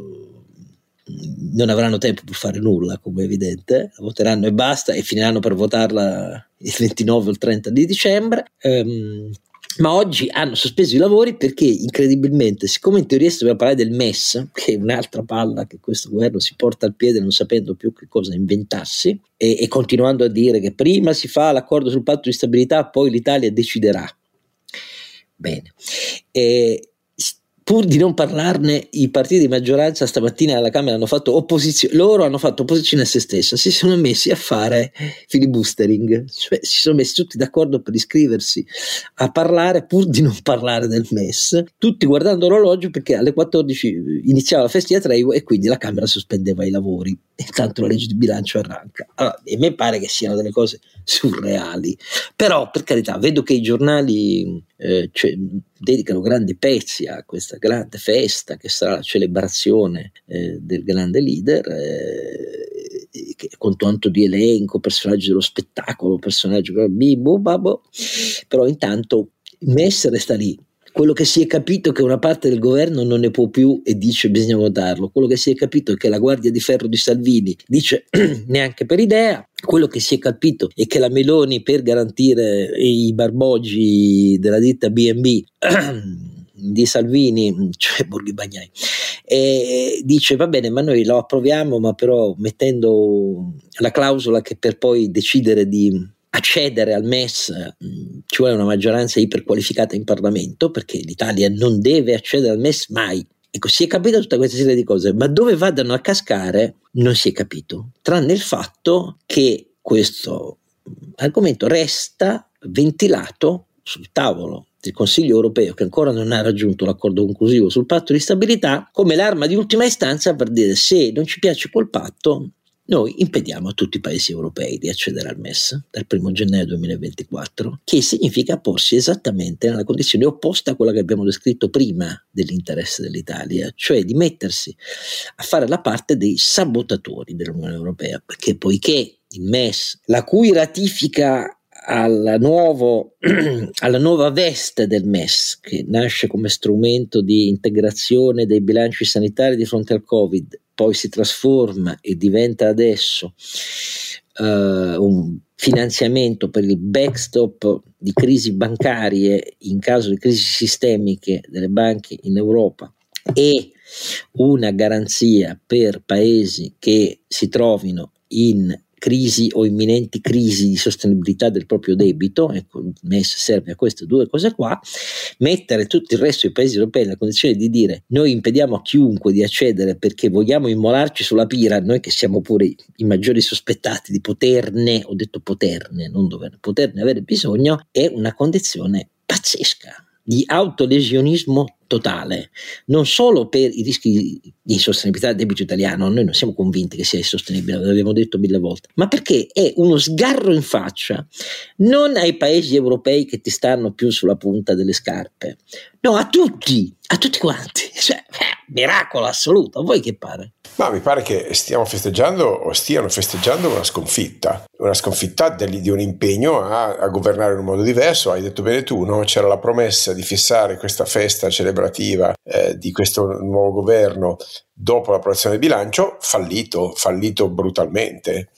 non avranno tempo per fare nulla, come è evidente, la voteranno e basta, e finiranno per votarla il 29 o il 30 di dicembre. Ma oggi hanno sospeso i lavori perché, incredibilmente, siccome in teoria si doveva parlare del MES, che è un'altra palla che questo governo si porta al piede non sapendo più che cosa inventarsi, e continuando a dire che prima si fa l'accordo sul patto di stabilità, poi l'Italia deciderà. Bene, pur di non parlarne, i partiti di maggioranza stamattina alla Camera hanno fatto opposizione, loro hanno fatto opposizione a se stessa, si sono messi a fare filibustering, cioè si sono messi tutti d'accordo per iscriversi a parlare pur di non parlare del MES, tutti guardando l'orologio perché alle 14 iniziava la festa di Atreu e quindi la Camera sospendeva i lavori e tanto la legge di bilancio arranca. Allora, e me pare che siano delle cose surreali, però per carità vedo che i giornali dedicano grandi pezzi a questa grande festa che sarà la celebrazione del grande leader, con tanto di elenco, personaggi dello spettacolo, personaggi babbo, però intanto il MES resta lì. Quello che si è capito è che una parte del governo non ne può più e dice bisogna votarlo. Quello che si è capito è che la Guardia di Ferro di Salvini dice neanche per idea. Quello che si è capito è che la Meloni, per garantire i barbogi della ditta B&B di Salvini, cioè Borghi Bagnai, dice va bene, ma noi lo approviamo, ma però mettendo la clausola che per poi decidere di accedere al MES ci vuole una maggioranza iperqualificata in Parlamento, perché l'Italia non deve accedere al MES mai. Ecco, si è capita tutta questa serie di cose, ma dove vadano a cascare non si è capito, tranne il fatto che questo argomento resta ventilato sul tavolo del Consiglio europeo, che ancora non ha raggiunto l'accordo conclusivo sul patto di stabilità, come l'arma di ultima istanza per dire: se non ci piace quel patto, noi impediamo a tutti i paesi europei di accedere al MES dal 1 gennaio 2024, che significa porsi esattamente nella condizione opposta a quella che abbiamo descritto prima dell'interesse dell'Italia, cioè di mettersi a fare la parte dei sabotatori dell'Unione Europea, perché poiché il MES, la cui ratifica alla nuova veste del MES, che nasce come strumento di integrazione dei bilanci sanitari di fronte al Covid, poi si trasforma e diventa adesso un finanziamento per il backstop di crisi bancarie in caso di crisi sistemiche delle banche in Europa e una garanzia per paesi che si trovino in crisi o imminenti crisi di sostenibilità del proprio debito, ecco, il MES serve a queste due cose qua, mettere tutto il resto dei paesi europei nella condizione di dire noi impediamo a chiunque di accedere perché vogliamo immolarci sulla pira, noi che siamo pure i maggiori sospettati di poterne, ho detto poterne, non poterne avere bisogno, è una condizione pazzesca di autolesionismo totale, non solo per i rischi di insostenibilità del debito italiano, noi non siamo convinti che sia insostenibile, l'abbiamo detto 1000 volte, ma perché è uno sgarro in faccia non ai paesi europei che ti stanno più sulla punta delle scarpe, no, a tutti quanti, cioè, miracolo assoluto. A voi che pare? Ma mi pare che stiano festeggiando una sconfitta di un impegno a governare in un modo diverso. Hai detto bene tu, no? C'era la promessa di fissare questa festa celebrativa di questo nuovo governo dopo l'approvazione del bilancio, fallito brutalmente,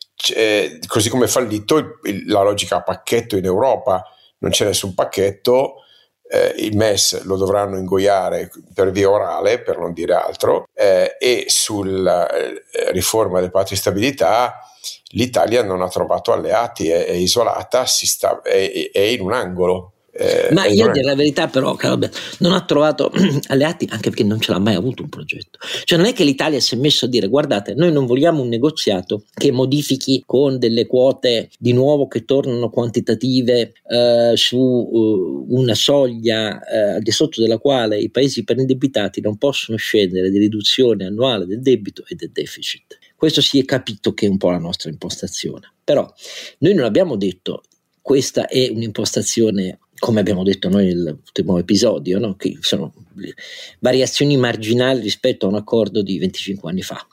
così come è fallito la logica a pacchetto in Europa. Non c'è nessun pacchetto. Il MES lo dovranno ingoiare per via orale, per non dire altro, e sulla riforma del patto di stabilità l'Italia non ha trovato alleati, è isolata, è in un angolo. Ma io direi la verità, però, non ha trovato alleati anche perché non ce l'ha mai avuto un progetto. Cioè non è che l'Italia si è messo a dire guardate, noi non vogliamo un negoziato che modifichi con delle quote di nuovo che tornano quantitative su una soglia al di sotto della quale i paesi iperindebitati non possono scendere di riduzione annuale del debito e del deficit. Questo si è capito che è un po' la nostra impostazione, però noi non abbiamo detto questa è un'impostazione, come abbiamo detto noi nell'ultimo episodio, no? Che sono variazioni marginali rispetto a un accordo di 25 anni fa,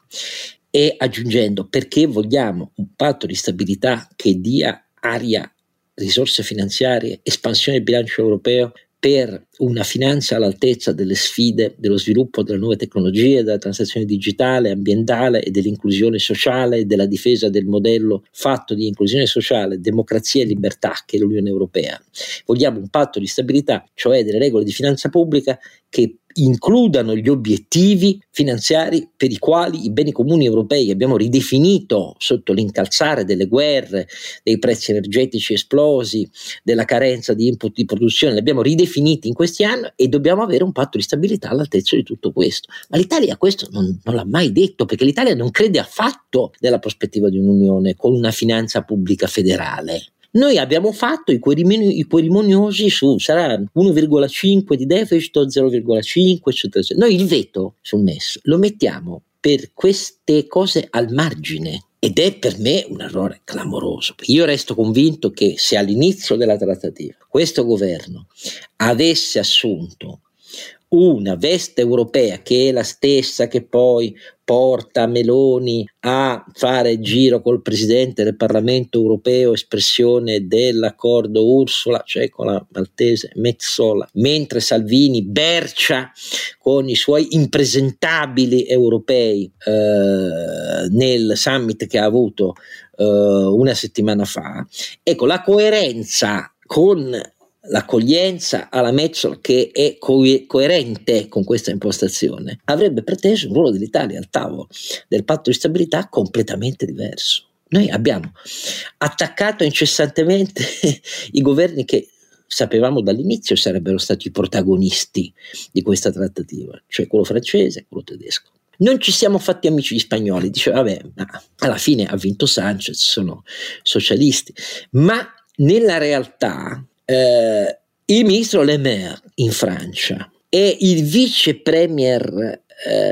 e aggiungendo perché vogliamo un patto di stabilità che dia aria, risorse finanziarie, espansione del bilancio europeo per una finanza all'altezza delle sfide dello sviluppo delle nuove tecnologie, della transizione digitale, ambientale e dell'inclusione sociale e della difesa del modello fatto di inclusione sociale, democrazia e libertà che è l'Unione Europea. Vogliamo un patto di stabilità, cioè delle regole di finanza pubblica che includano gli obiettivi finanziari per i quali i beni comuni europei abbiamo ridefinito sotto l'incalzare delle guerre, dei prezzi energetici esplosi, della carenza di input di produzione, li abbiamo ridefiniti in questi anni e dobbiamo avere un patto di stabilità all'altezza di tutto questo. Ma l'Italia questo non l'ha mai detto, perché l'Italia non crede affatto nella prospettiva di un'unione con una finanza pubblica federale. Noi abbiamo fatto i querimoniosi su sarà 1,5 di deficit o 0,5 eccetera. Noi il veto sul MES lo mettiamo per queste cose al margine ed è per me un errore clamoroso. Io resto convinto che se all'inizio della trattativa questo governo avesse assunto una veste europea che è la stessa che poi porta Meloni a fare giro col presidente del Parlamento europeo, espressione dell'accordo Ursula, cioè con la maltese Metsola, mentre Salvini bercia con i suoi impresentabili europei nel summit che ha avuto una settimana fa. Ecco, la coerenza con l'accoglienza alla Metsola, che è coerente con questa impostazione, avrebbe preteso un ruolo dell'Italia al tavolo del patto di stabilità completamente diverso. Noi abbiamo attaccato incessantemente i governi che sapevamo dall'inizio sarebbero stati i protagonisti di questa trattativa, cioè quello francese e quello tedesco. Non ci siamo fatti amici gli spagnoli, dice vabbè, ma alla fine ha vinto Sanchez, sono socialisti, ma nella realtà il ministro Le Maire in Francia e il vice premier,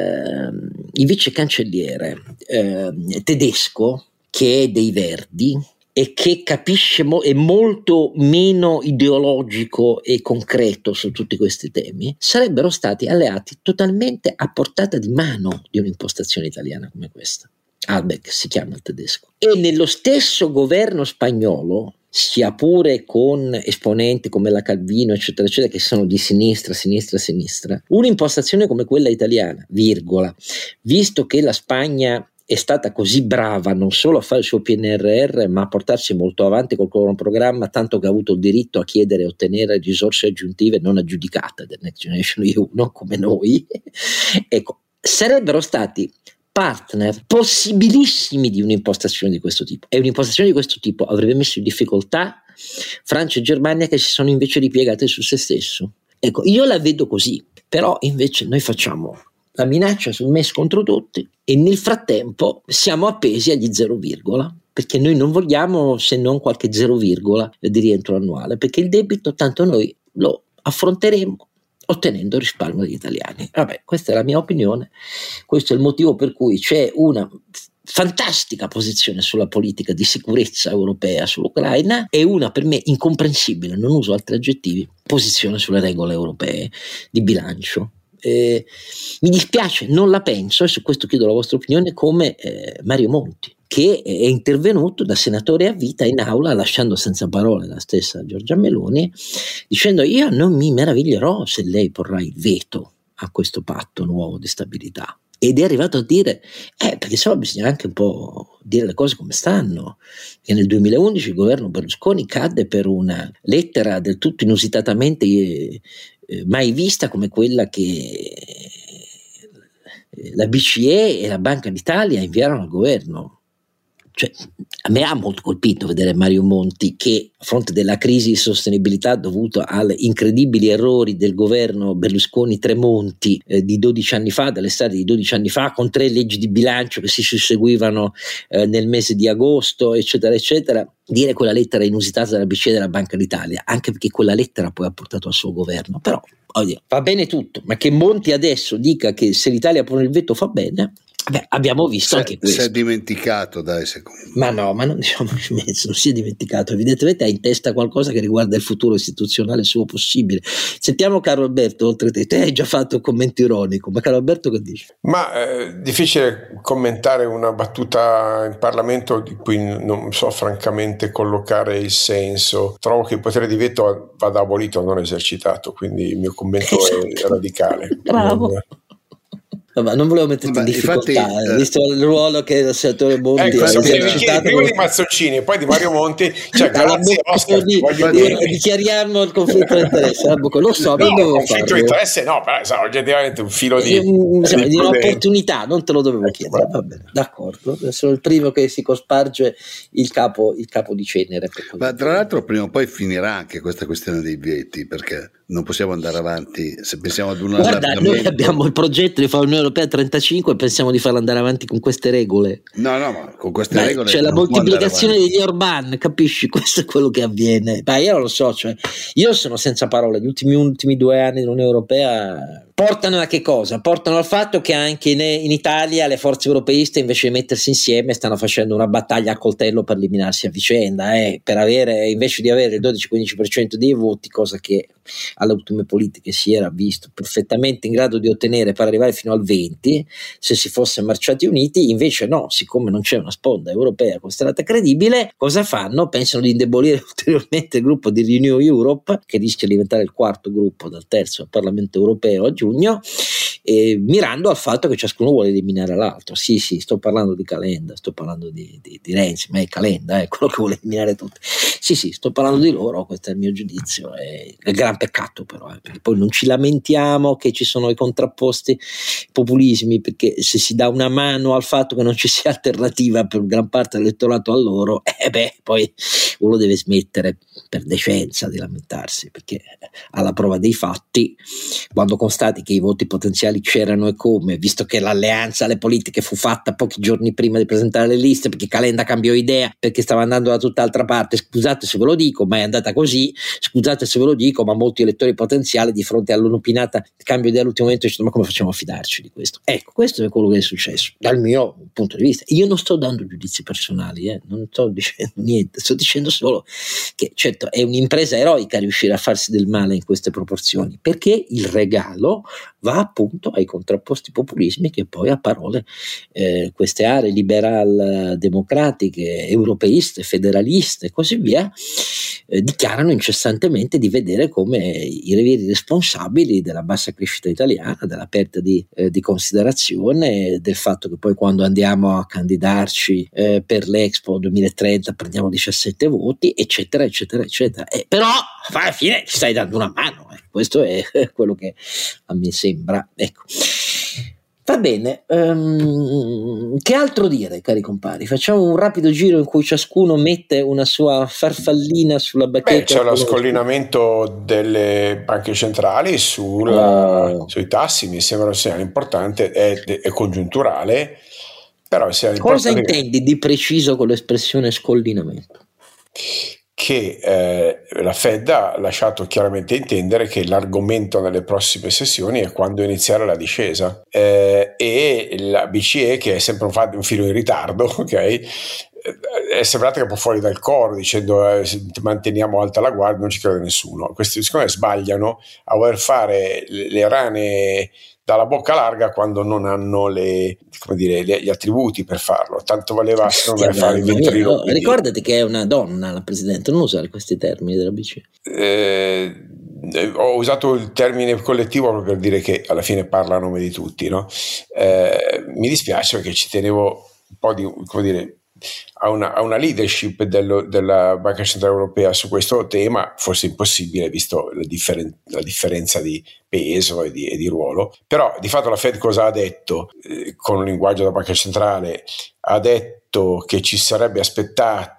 il vice cancelliere tedesco, che è dei Verdi e che capisce è molto meno ideologico e concreto su tutti questi temi, sarebbero stati alleati totalmente a portata di mano di un'impostazione italiana come questa. Albeck si chiama il tedesco. E nello stesso governo spagnolo, sia pure con esponenti come la Calvino eccetera eccetera che sono di sinistra, un'impostazione come quella italiana, visto che la Spagna è stata così brava non solo a fare il suo PNRR ma a portarsi molto avanti col cronoprogramma, tanto che ha avuto il diritto a chiedere e ottenere risorse aggiuntive non aggiudicate del Next Generation EU, non come noi, ecco, sarebbero stati partner possibilissimi di un'impostazione di questo tipo, e un'impostazione di questo tipo avrebbe messo in difficoltà Francia e Germania, che si sono invece ripiegate su se stesso. Ecco, io la vedo così, però invece noi facciamo la minaccia sul MES contro tutti e nel frattempo siamo appesi agli 0, perché noi non vogliamo se non qualche 0, di rientro annuale, perché il debito tanto noi lo affronteremo ottenendo il risparmio degli italiani. Vabbè, questa è la mia opinione, questo è il motivo per cui c'è una fantastica posizione sulla politica di sicurezza europea sull'Ucraina e una per me incomprensibile, non uso altri aggettivi, posizione sulle regole europee di bilancio. Mi dispiace, non la penso, e su questo chiedo la vostra opinione, come Mario Monti, che è intervenuto da senatore a vita in aula lasciando senza parole la stessa Giorgia Meloni, dicendo: io non mi meraviglierò se lei porrà il veto a questo patto nuovo di stabilità. Ed è arrivato a dire, perché sennò bisogna anche un po' dire le cose come stanno, che nel 2011 il governo Berlusconi cadde per una lettera del tutto inusitatamente mai vista, come quella che la BCE e la Banca d'Italia inviarono al governo. Cioè, a me ha molto colpito vedere Mario Monti che, a fronte della crisi di sostenibilità dovuta agli incredibili errori del governo Berlusconi-Tremonti di 12 anni fa, dell'estate di 12 anni fa, con 3 leggi di bilancio che si susseguivano nel mese di agosto, eccetera, eccetera, dire quella lettera inusitata della BCE e della Banca d'Italia, anche perché quella lettera poi ha portato al suo governo. Però, va bene tutto, ma che Monti adesso dica che se l'Italia pone il veto fa bene, abbiamo visto anche questo. Si è dimenticato, dai, secondo me. Ma no, ma non diciamo in mezzo, non si è dimenticato, evidentemente ha in testa qualcosa che riguarda il futuro istituzionale suo possibile. Sentiamo Carlo Alberto, oltre te hai già fatto un commento ironico, ma Carlo Alberto che dice? Ma difficile commentare una battuta in Parlamento di cui non so francamente collocare il senso. Trovo che il potere di veto vada abolito, non esercitato, quindi il mio commento è radicale. Bravo. Ma non volevo metterti in difficoltà, infatti, visto il ruolo che il senatore Monti ha esercitato. Prima di Mazzoncini e poi di Mario Monti, cioè, grazie Oscar, dichiariamo il conflitto di interesse. Lo so, non dovevo conflitto di interesse no, però è oggettivamente un filo di un'opportunità, non te lo dovevo chiedere. Va bene, d'accordo, sono il primo che si cosparge il capo di cenere. Ma tra l'altro prima o poi finirà anche questa questione dei veti, perché non possiamo andare avanti se pensiamo ad un allargamento. Noi abbiamo il progetto di fare l'Unione Europea 35 e pensiamo di farla andare avanti con queste regole. No, ma con queste regole c'è la moltiplicazione degli Orban, capisci? Questo è quello che avviene. Ma io non lo so, cioè, io sono senza parole. Gli ultimi 2 anni dell'Unione Europea portano a che cosa? Portano al fatto che anche in Italia le forze europeiste, invece di mettersi insieme, stanno facendo una battaglia a coltello per eliminarsi a vicenda, per avere, invece di avere il 12-15% dei voti, cosa che alle ultime politiche si era visto perfettamente in grado di ottenere per arrivare fino al 20% se si fosse marciati uniti. Invece no, siccome non c'è una sponda europea considerata credibile, cosa fanno? Pensano di indebolire ulteriormente il gruppo di Renew Europe, che rischia di diventare il 4º gruppo dal 3º al Parlamento europeo a giugno, mirando al fatto che ciascuno vuole eliminare l'altro. Sì, sto parlando di Calenda, sto parlando di Renzi, ma è Calenda, quello che vuole eliminare tutti. Sì, sto parlando di loro, questo è il mio giudizio. È un gran peccato però, perché poi non ci lamentiamo che ci sono i contrapposti populismi, perché se si dà una mano al fatto che non ci sia alternativa per gran parte dell'elettorato a loro, poi uno deve smettere per decenza di lamentarsi, perché alla prova dei fatti, quando constati che i voti potenziali c'erano e come, visto che l'alleanza alle politiche fu fatta pochi giorni prima di presentare le liste, perché Calenda cambiò idea, perché stava andando da tutt'altra parte, scusate se ve lo dico, ma è andata così, scusate se ve lo dico, ma molti elettori potenziali di fronte all'unopinata cambio idea all'ultimo momento dicono: ma come facciamo a fidarci di questo? Ecco, questo è quello che è successo dal mio punto di vista. Io non sto dando giudizi personali, non sto dicendo niente, sto dicendo solo che certo è un'impresa eroica riuscire a farsi del male in queste proporzioni, perché il regalo va appunto ai contrapposti populismi che poi a parole queste aree liberal democratiche, europeiste, federaliste e così via dichiarano incessantemente di vedere come i veri responsabili della bassa crescita italiana, della perdita di considerazione, del fatto che poi quando andiamo a candidarci per l'Expo 2030 prendiamo 17 voti, eccetera eccetera eccetera, però alla fine ci stai dando una mano, questo è quello che a me sembra. Ecco, Va bene, che altro dire, cari compari? Facciamo un rapido giro in cui ciascuno mette una sua farfallina sulla bacheca. C'è lo scollinamento delle banche centrali sui tassi, mi sembra un segnale importante, è congiunturale, però è segnale Cosa importante. intendi di preciso con l'espressione scollinamento? Che la Fed ha lasciato chiaramente intendere che l'argomento nelle prossime sessioni è quando iniziare la discesa, e la BCE, che è sempre un filo in ritardo, ok, è sembrata che un po' fuori dal coro dicendo manteniamo alta la guardia, non ci crede nessuno. Questi secondo me sbagliano a voler fare le rane dalla bocca larga quando non hanno gli attributi per farlo. Tanto valeva secondo me fare il ventrilo. Ricordati che è una donna la presidente, non usare questi termini della BCE. Ho usato il termine collettivo proprio per dire che alla fine parla a nome di tutti, no? Mi dispiace perché ci tenevo un po' di, come dire, a una leadership della Banca Centrale Europea su questo tema, forse impossibile visto la differenza di peso e di ruolo. Però di fatto la Fed cosa ha detto? Con un linguaggio da Banca Centrale ha detto che ci sarebbe aspettata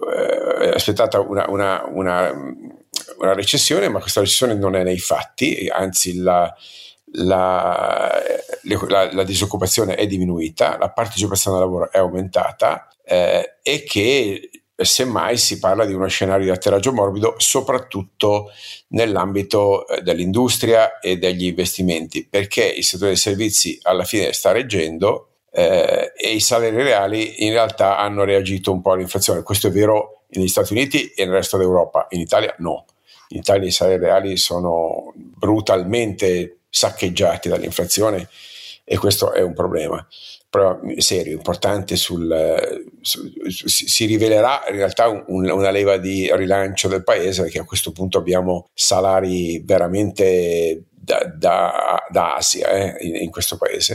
una recessione, ma questa recessione non è nei fatti, anzi la disoccupazione è diminuita, la partecipazione al lavoro è aumentata, e che semmai si parla di uno scenario di atterraggio morbido, soprattutto nell'ambito dell'industria e degli investimenti, perché il settore dei servizi alla fine sta reggendo, e i salari reali in realtà hanno reagito un po' all'inflazione. Questo è vero negli Stati Uniti e nel resto d'Europa, in Italia no. In Italia i salari reali sono brutalmente saccheggiati dall'inflazione e questo è un problema serio, importante. Si rivelerà in realtà una leva di rilancio del paese, perché a questo punto abbiamo salari veramente da Asia in questo paese.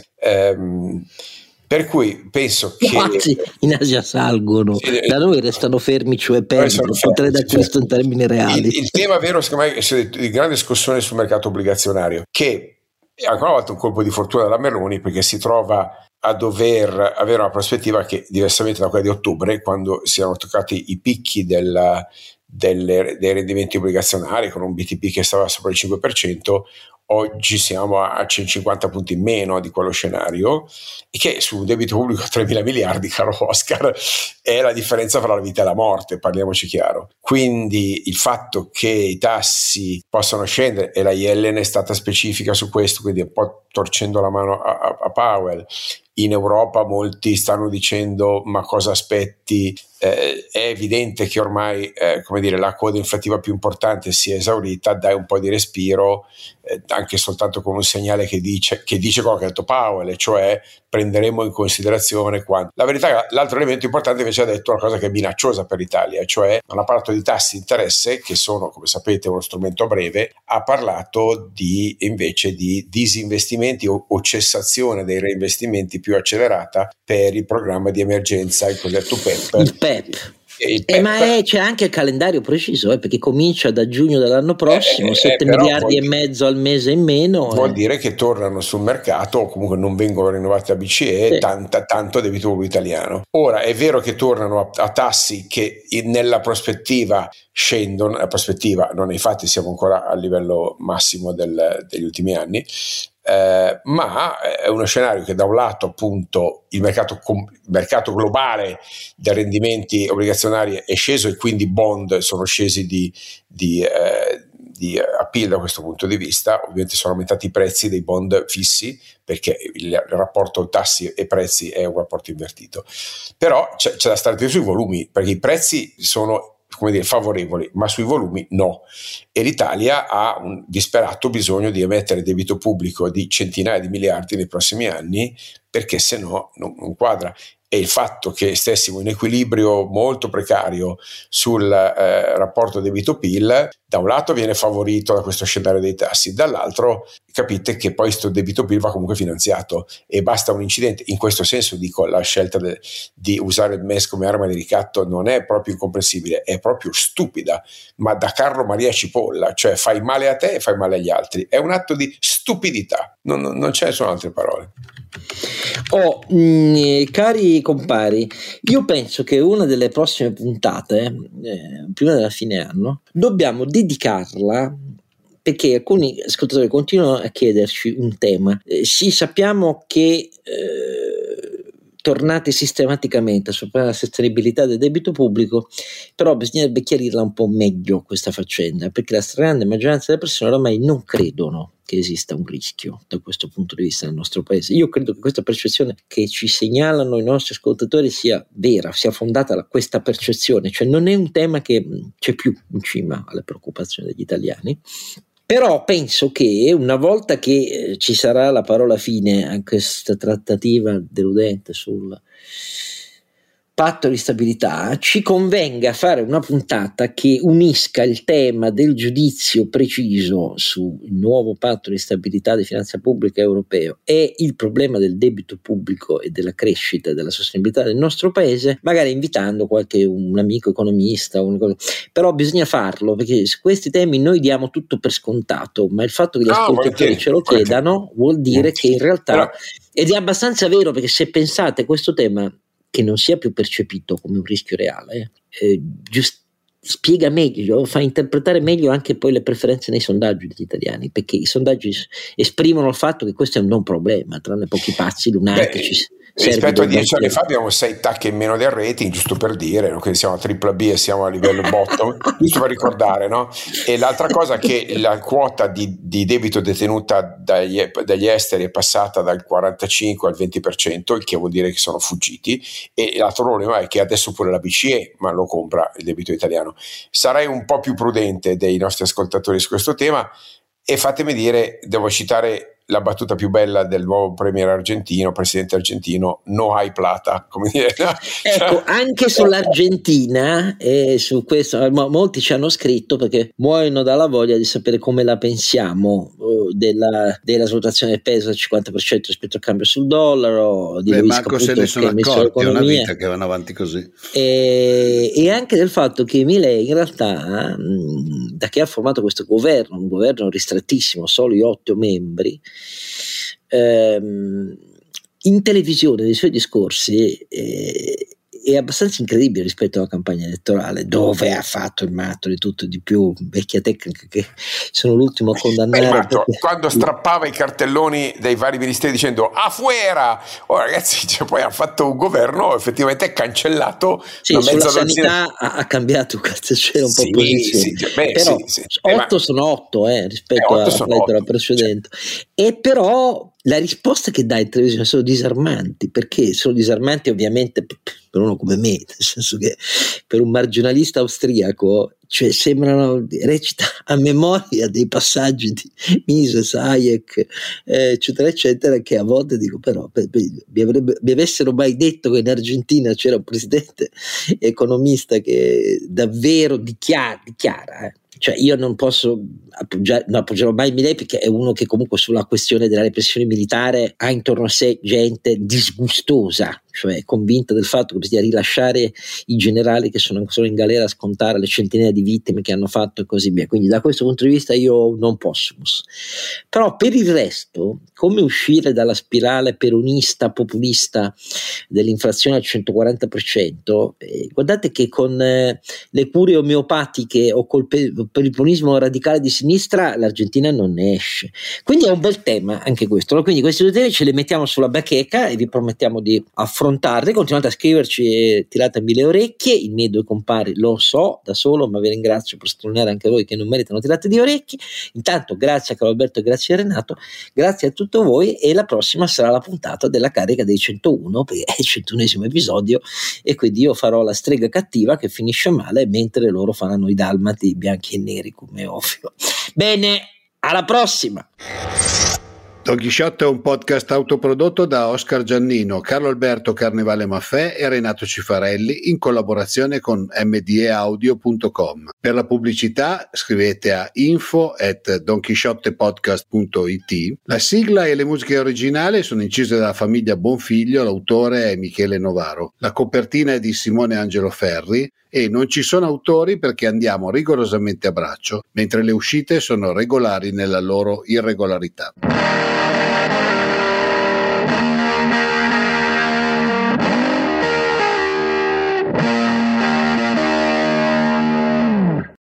Per cui penso che in Asia salgono, da noi restano fermi, cioè perdono il potere d'acquisto in termini reali. Il tema vero secondo me è il grande scossone sul mercato obbligazionario, che è ancora una volta un colpo di fortuna della Meloni, perché si trova a dover avere una prospettiva che, diversamente da quella di ottobre, quando si erano toccati i picchi dei rendimenti obbligazionari con un BTP che stava sopra il 5%, oggi siamo a 150 punti in meno di quello scenario, e che su un debito pubblico a 3.000 miliardi, caro Oscar, è la differenza fra la vita e la morte, parliamoci chiaro. Quindi il fatto che i tassi possano scendere, e la Yellen è stata specifica su questo, quindi un po' torcendo la mano a Powell. In Europa molti stanno dicendo ma cosa aspetti? È evidente che ormai la coda inflattiva più importante si è esaurita, dai un po' di respiro, anche soltanto con un segnale che dice quello che ha detto Powell, e cioè prenderemo in considerazione quanto. La verità è che l'altro elemento importante invece ha detto una cosa che è minacciosa per l'Italia, cioè non ha parlato di tassi di interesse, che sono, come sapete, uno strumento a breve, ha parlato invece di disinvestimenti o cessazione dei reinvestimenti più accelerata per il programma di emergenza, il cosiddetto PEP. Il PEP. Ma c'è anche il calendario preciso, perché comincia da giugno dell'anno prossimo, 7 miliardi e mezzo al mese in meno. Vuol dire che tornano sul mercato, o comunque non vengono rinnovati da BCE, sì. tanto debito pubblico italiano. Ora è vero che tornano a tassi che nella prospettiva scendono, la prospettiva non nei fatti, siamo ancora al livello massimo degli ultimi anni. Ma è uno scenario che da un lato appunto il mercato globale dei rendimenti obbligazionari è sceso, e quindi i bond sono scesi di appeal da questo punto di vista. Ovviamente sono aumentati i prezzi dei bond fissi, perché il rapporto tassi e prezzi è un rapporto invertito, però c'è da stare sui volumi, perché i prezzi sono favorevoli, ma sui volumi no, e l'Italia ha un disperato bisogno di emettere debito pubblico di centinaia di miliardi nei prossimi anni, perché se no non quadra. E il fatto che stessimo in equilibrio molto precario sul rapporto debito-PIL, da un lato viene favorito da questo scenario dei tassi, dall'altro capite che poi questo debito-PIL va comunque finanziato, e basta un incidente. In questo senso dico, la scelta di usare il MES come arma di ricatto non è proprio incomprensibile, è proprio stupida, ma da Carlo Maria Cipolla, cioè fai male a te e fai male agli altri, è un atto di stupidità, non ce ne sono altre parole. Cari compari, io penso che una delle prossime puntate, prima della fine anno, dobbiamo dedicarla, perché alcuni ascoltatori continuano a chiederci un tema. Sì, sappiamo che tornate sistematicamente sulla sostenibilità del debito pubblico, però bisognerebbe chiarirla un po' meglio questa faccenda, perché la stragrande maggioranza delle persone oramai non credono che esista un rischio da questo punto di vista nel nostro paese. Io credo che questa percezione che ci segnalano i nostri ascoltatori sia vera, sia fondata da questa percezione, cioè non è un tema che c'è più in cima alle preoccupazioni degli italiani. Però penso che una volta che ci sarà la parola fine a questa trattativa deludente sul patto di stabilità, ci convenga fare una puntata che unisca il tema del giudizio preciso sul nuovo patto di stabilità di finanza pubblica europeo e il problema del debito pubblico e della crescita e della sostenibilità del nostro paese, magari invitando un amico economista, però bisogna farlo, perché su questi temi noi diamo tutto per scontato, ma il fatto che gli ascoltatori ce lo chiedano vuol dire che in realtà, ed è abbastanza vero, perché se pensate questo tema che non sia più percepito come un rischio reale, spiega meglio, fa interpretare meglio anche poi le preferenze nei sondaggi degli italiani, perché i sondaggi esprimono il fatto che questo è un non problema, tranne pochi pazzi lunatici. Rispetto a 10 anni fa abbiamo 6 tacche in meno del rating, giusto per dire, no? Che siamo a tripla B e siamo a livello bottom, giusto per ricordare, no? E l'altra cosa è che la quota di debito detenuta dagli esteri è passata dal 45 al 20%, il che vuol dire che sono fuggiti, e l'altro problema è che adesso pure la BCE ma lo compra il debito italiano. Sarei un po' più prudente dei nostri ascoltatori su questo tema, e fatemi dire, devo citare la battuta più bella del nuovo presidente argentino, no hay plata, come dire. Ecco, anche sull'Argentina e su questo molti ci hanno scritto, perché muoiono dalla voglia di sapere come la pensiamo della svalutazione del peso al 50% rispetto al cambio sul dollaro. Marco se ne sono accorti, è una vita che vanno avanti così. E anche del fatto che Milei in realtà, da che ha formato questo governo, un governo ristrettissimo, solo 8 membri, in televisione nei suoi discorsi è abbastanza incredibile rispetto alla campagna elettorale, dove ha fatto il matto di tutto e di più, vecchia tecnica che sono l'ultimo a condannare. Quando strappava i cartelloni dei vari ministeri dicendo afuera, ragazzi, poi ha fatto un governo effettivamente cancellato. Sì, sulla sanità ha cambiato un cazzacello un po' posizione, però 8 sono 8 rispetto alla precedente, e però la risposta che dà in televisione sono disarmanti, perché sono disarmanti ovviamente per uno come me, nel senso che per un marginalista austriaco, cioè sembrano, recita a memoria dei passaggi di Mises, Hayek, eccetera eccetera, che a volte dico, però mi avessero mai detto che in Argentina c'era un presidente economista che davvero dichiara cioè io non posso non appoggerò mai Milei, perché è uno che comunque sulla questione della repressione militare ha intorno a sé gente disgustosa, cioè convinta del fatto che bisogna rilasciare i generali che sono ancora in galera a scontare le centinaia di vittime che hanno fatto e così via. Quindi da questo punto di vista io non posso. Però per il resto, come uscire dalla spirale peronista populista dell'inflazione al 140%, guardate che con le cure omeopatiche o per il populismo radicale di sinistra l'Argentina non ne esce. Quindi è un bel tema anche questo, no? Quindi questi due temi ce li mettiamo sulla bacheca e vi promettiamo di affrontarli. Continuate a scriverci e tiratemi le orecchie. I miei due compari lo so da solo, ma vi ringrazio per sottolineare anche voi che non meritano tirate di orecchie. Intanto grazie a Carlo Alberto e grazie a Renato, grazie a tutti voi, e la prossima sarà la puntata della carica dei 101, perché è il 101esimo episodio, e quindi io farò la strega cattiva che finisce male mentre loro faranno i dalmati bianchi e neri, come è ovvio. Bene, alla prossima. Don Chisciotte è un podcast autoprodotto da Oscar Giannino, Carlo Alberto Carnevale Maffè e Renato Cifarelli in collaborazione con mdeaudio.com. Per la pubblicità scrivete a info@donchisciottepodcast.it. La sigla e le musiche originali sono incise dalla famiglia Bonfiglio, l'autore è Michele Novaro. La copertina è di Simone Angelo Ferri e non ci sono autori perché andiamo rigorosamente a braccio, mentre le uscite sono regolari nella loro irregolarità.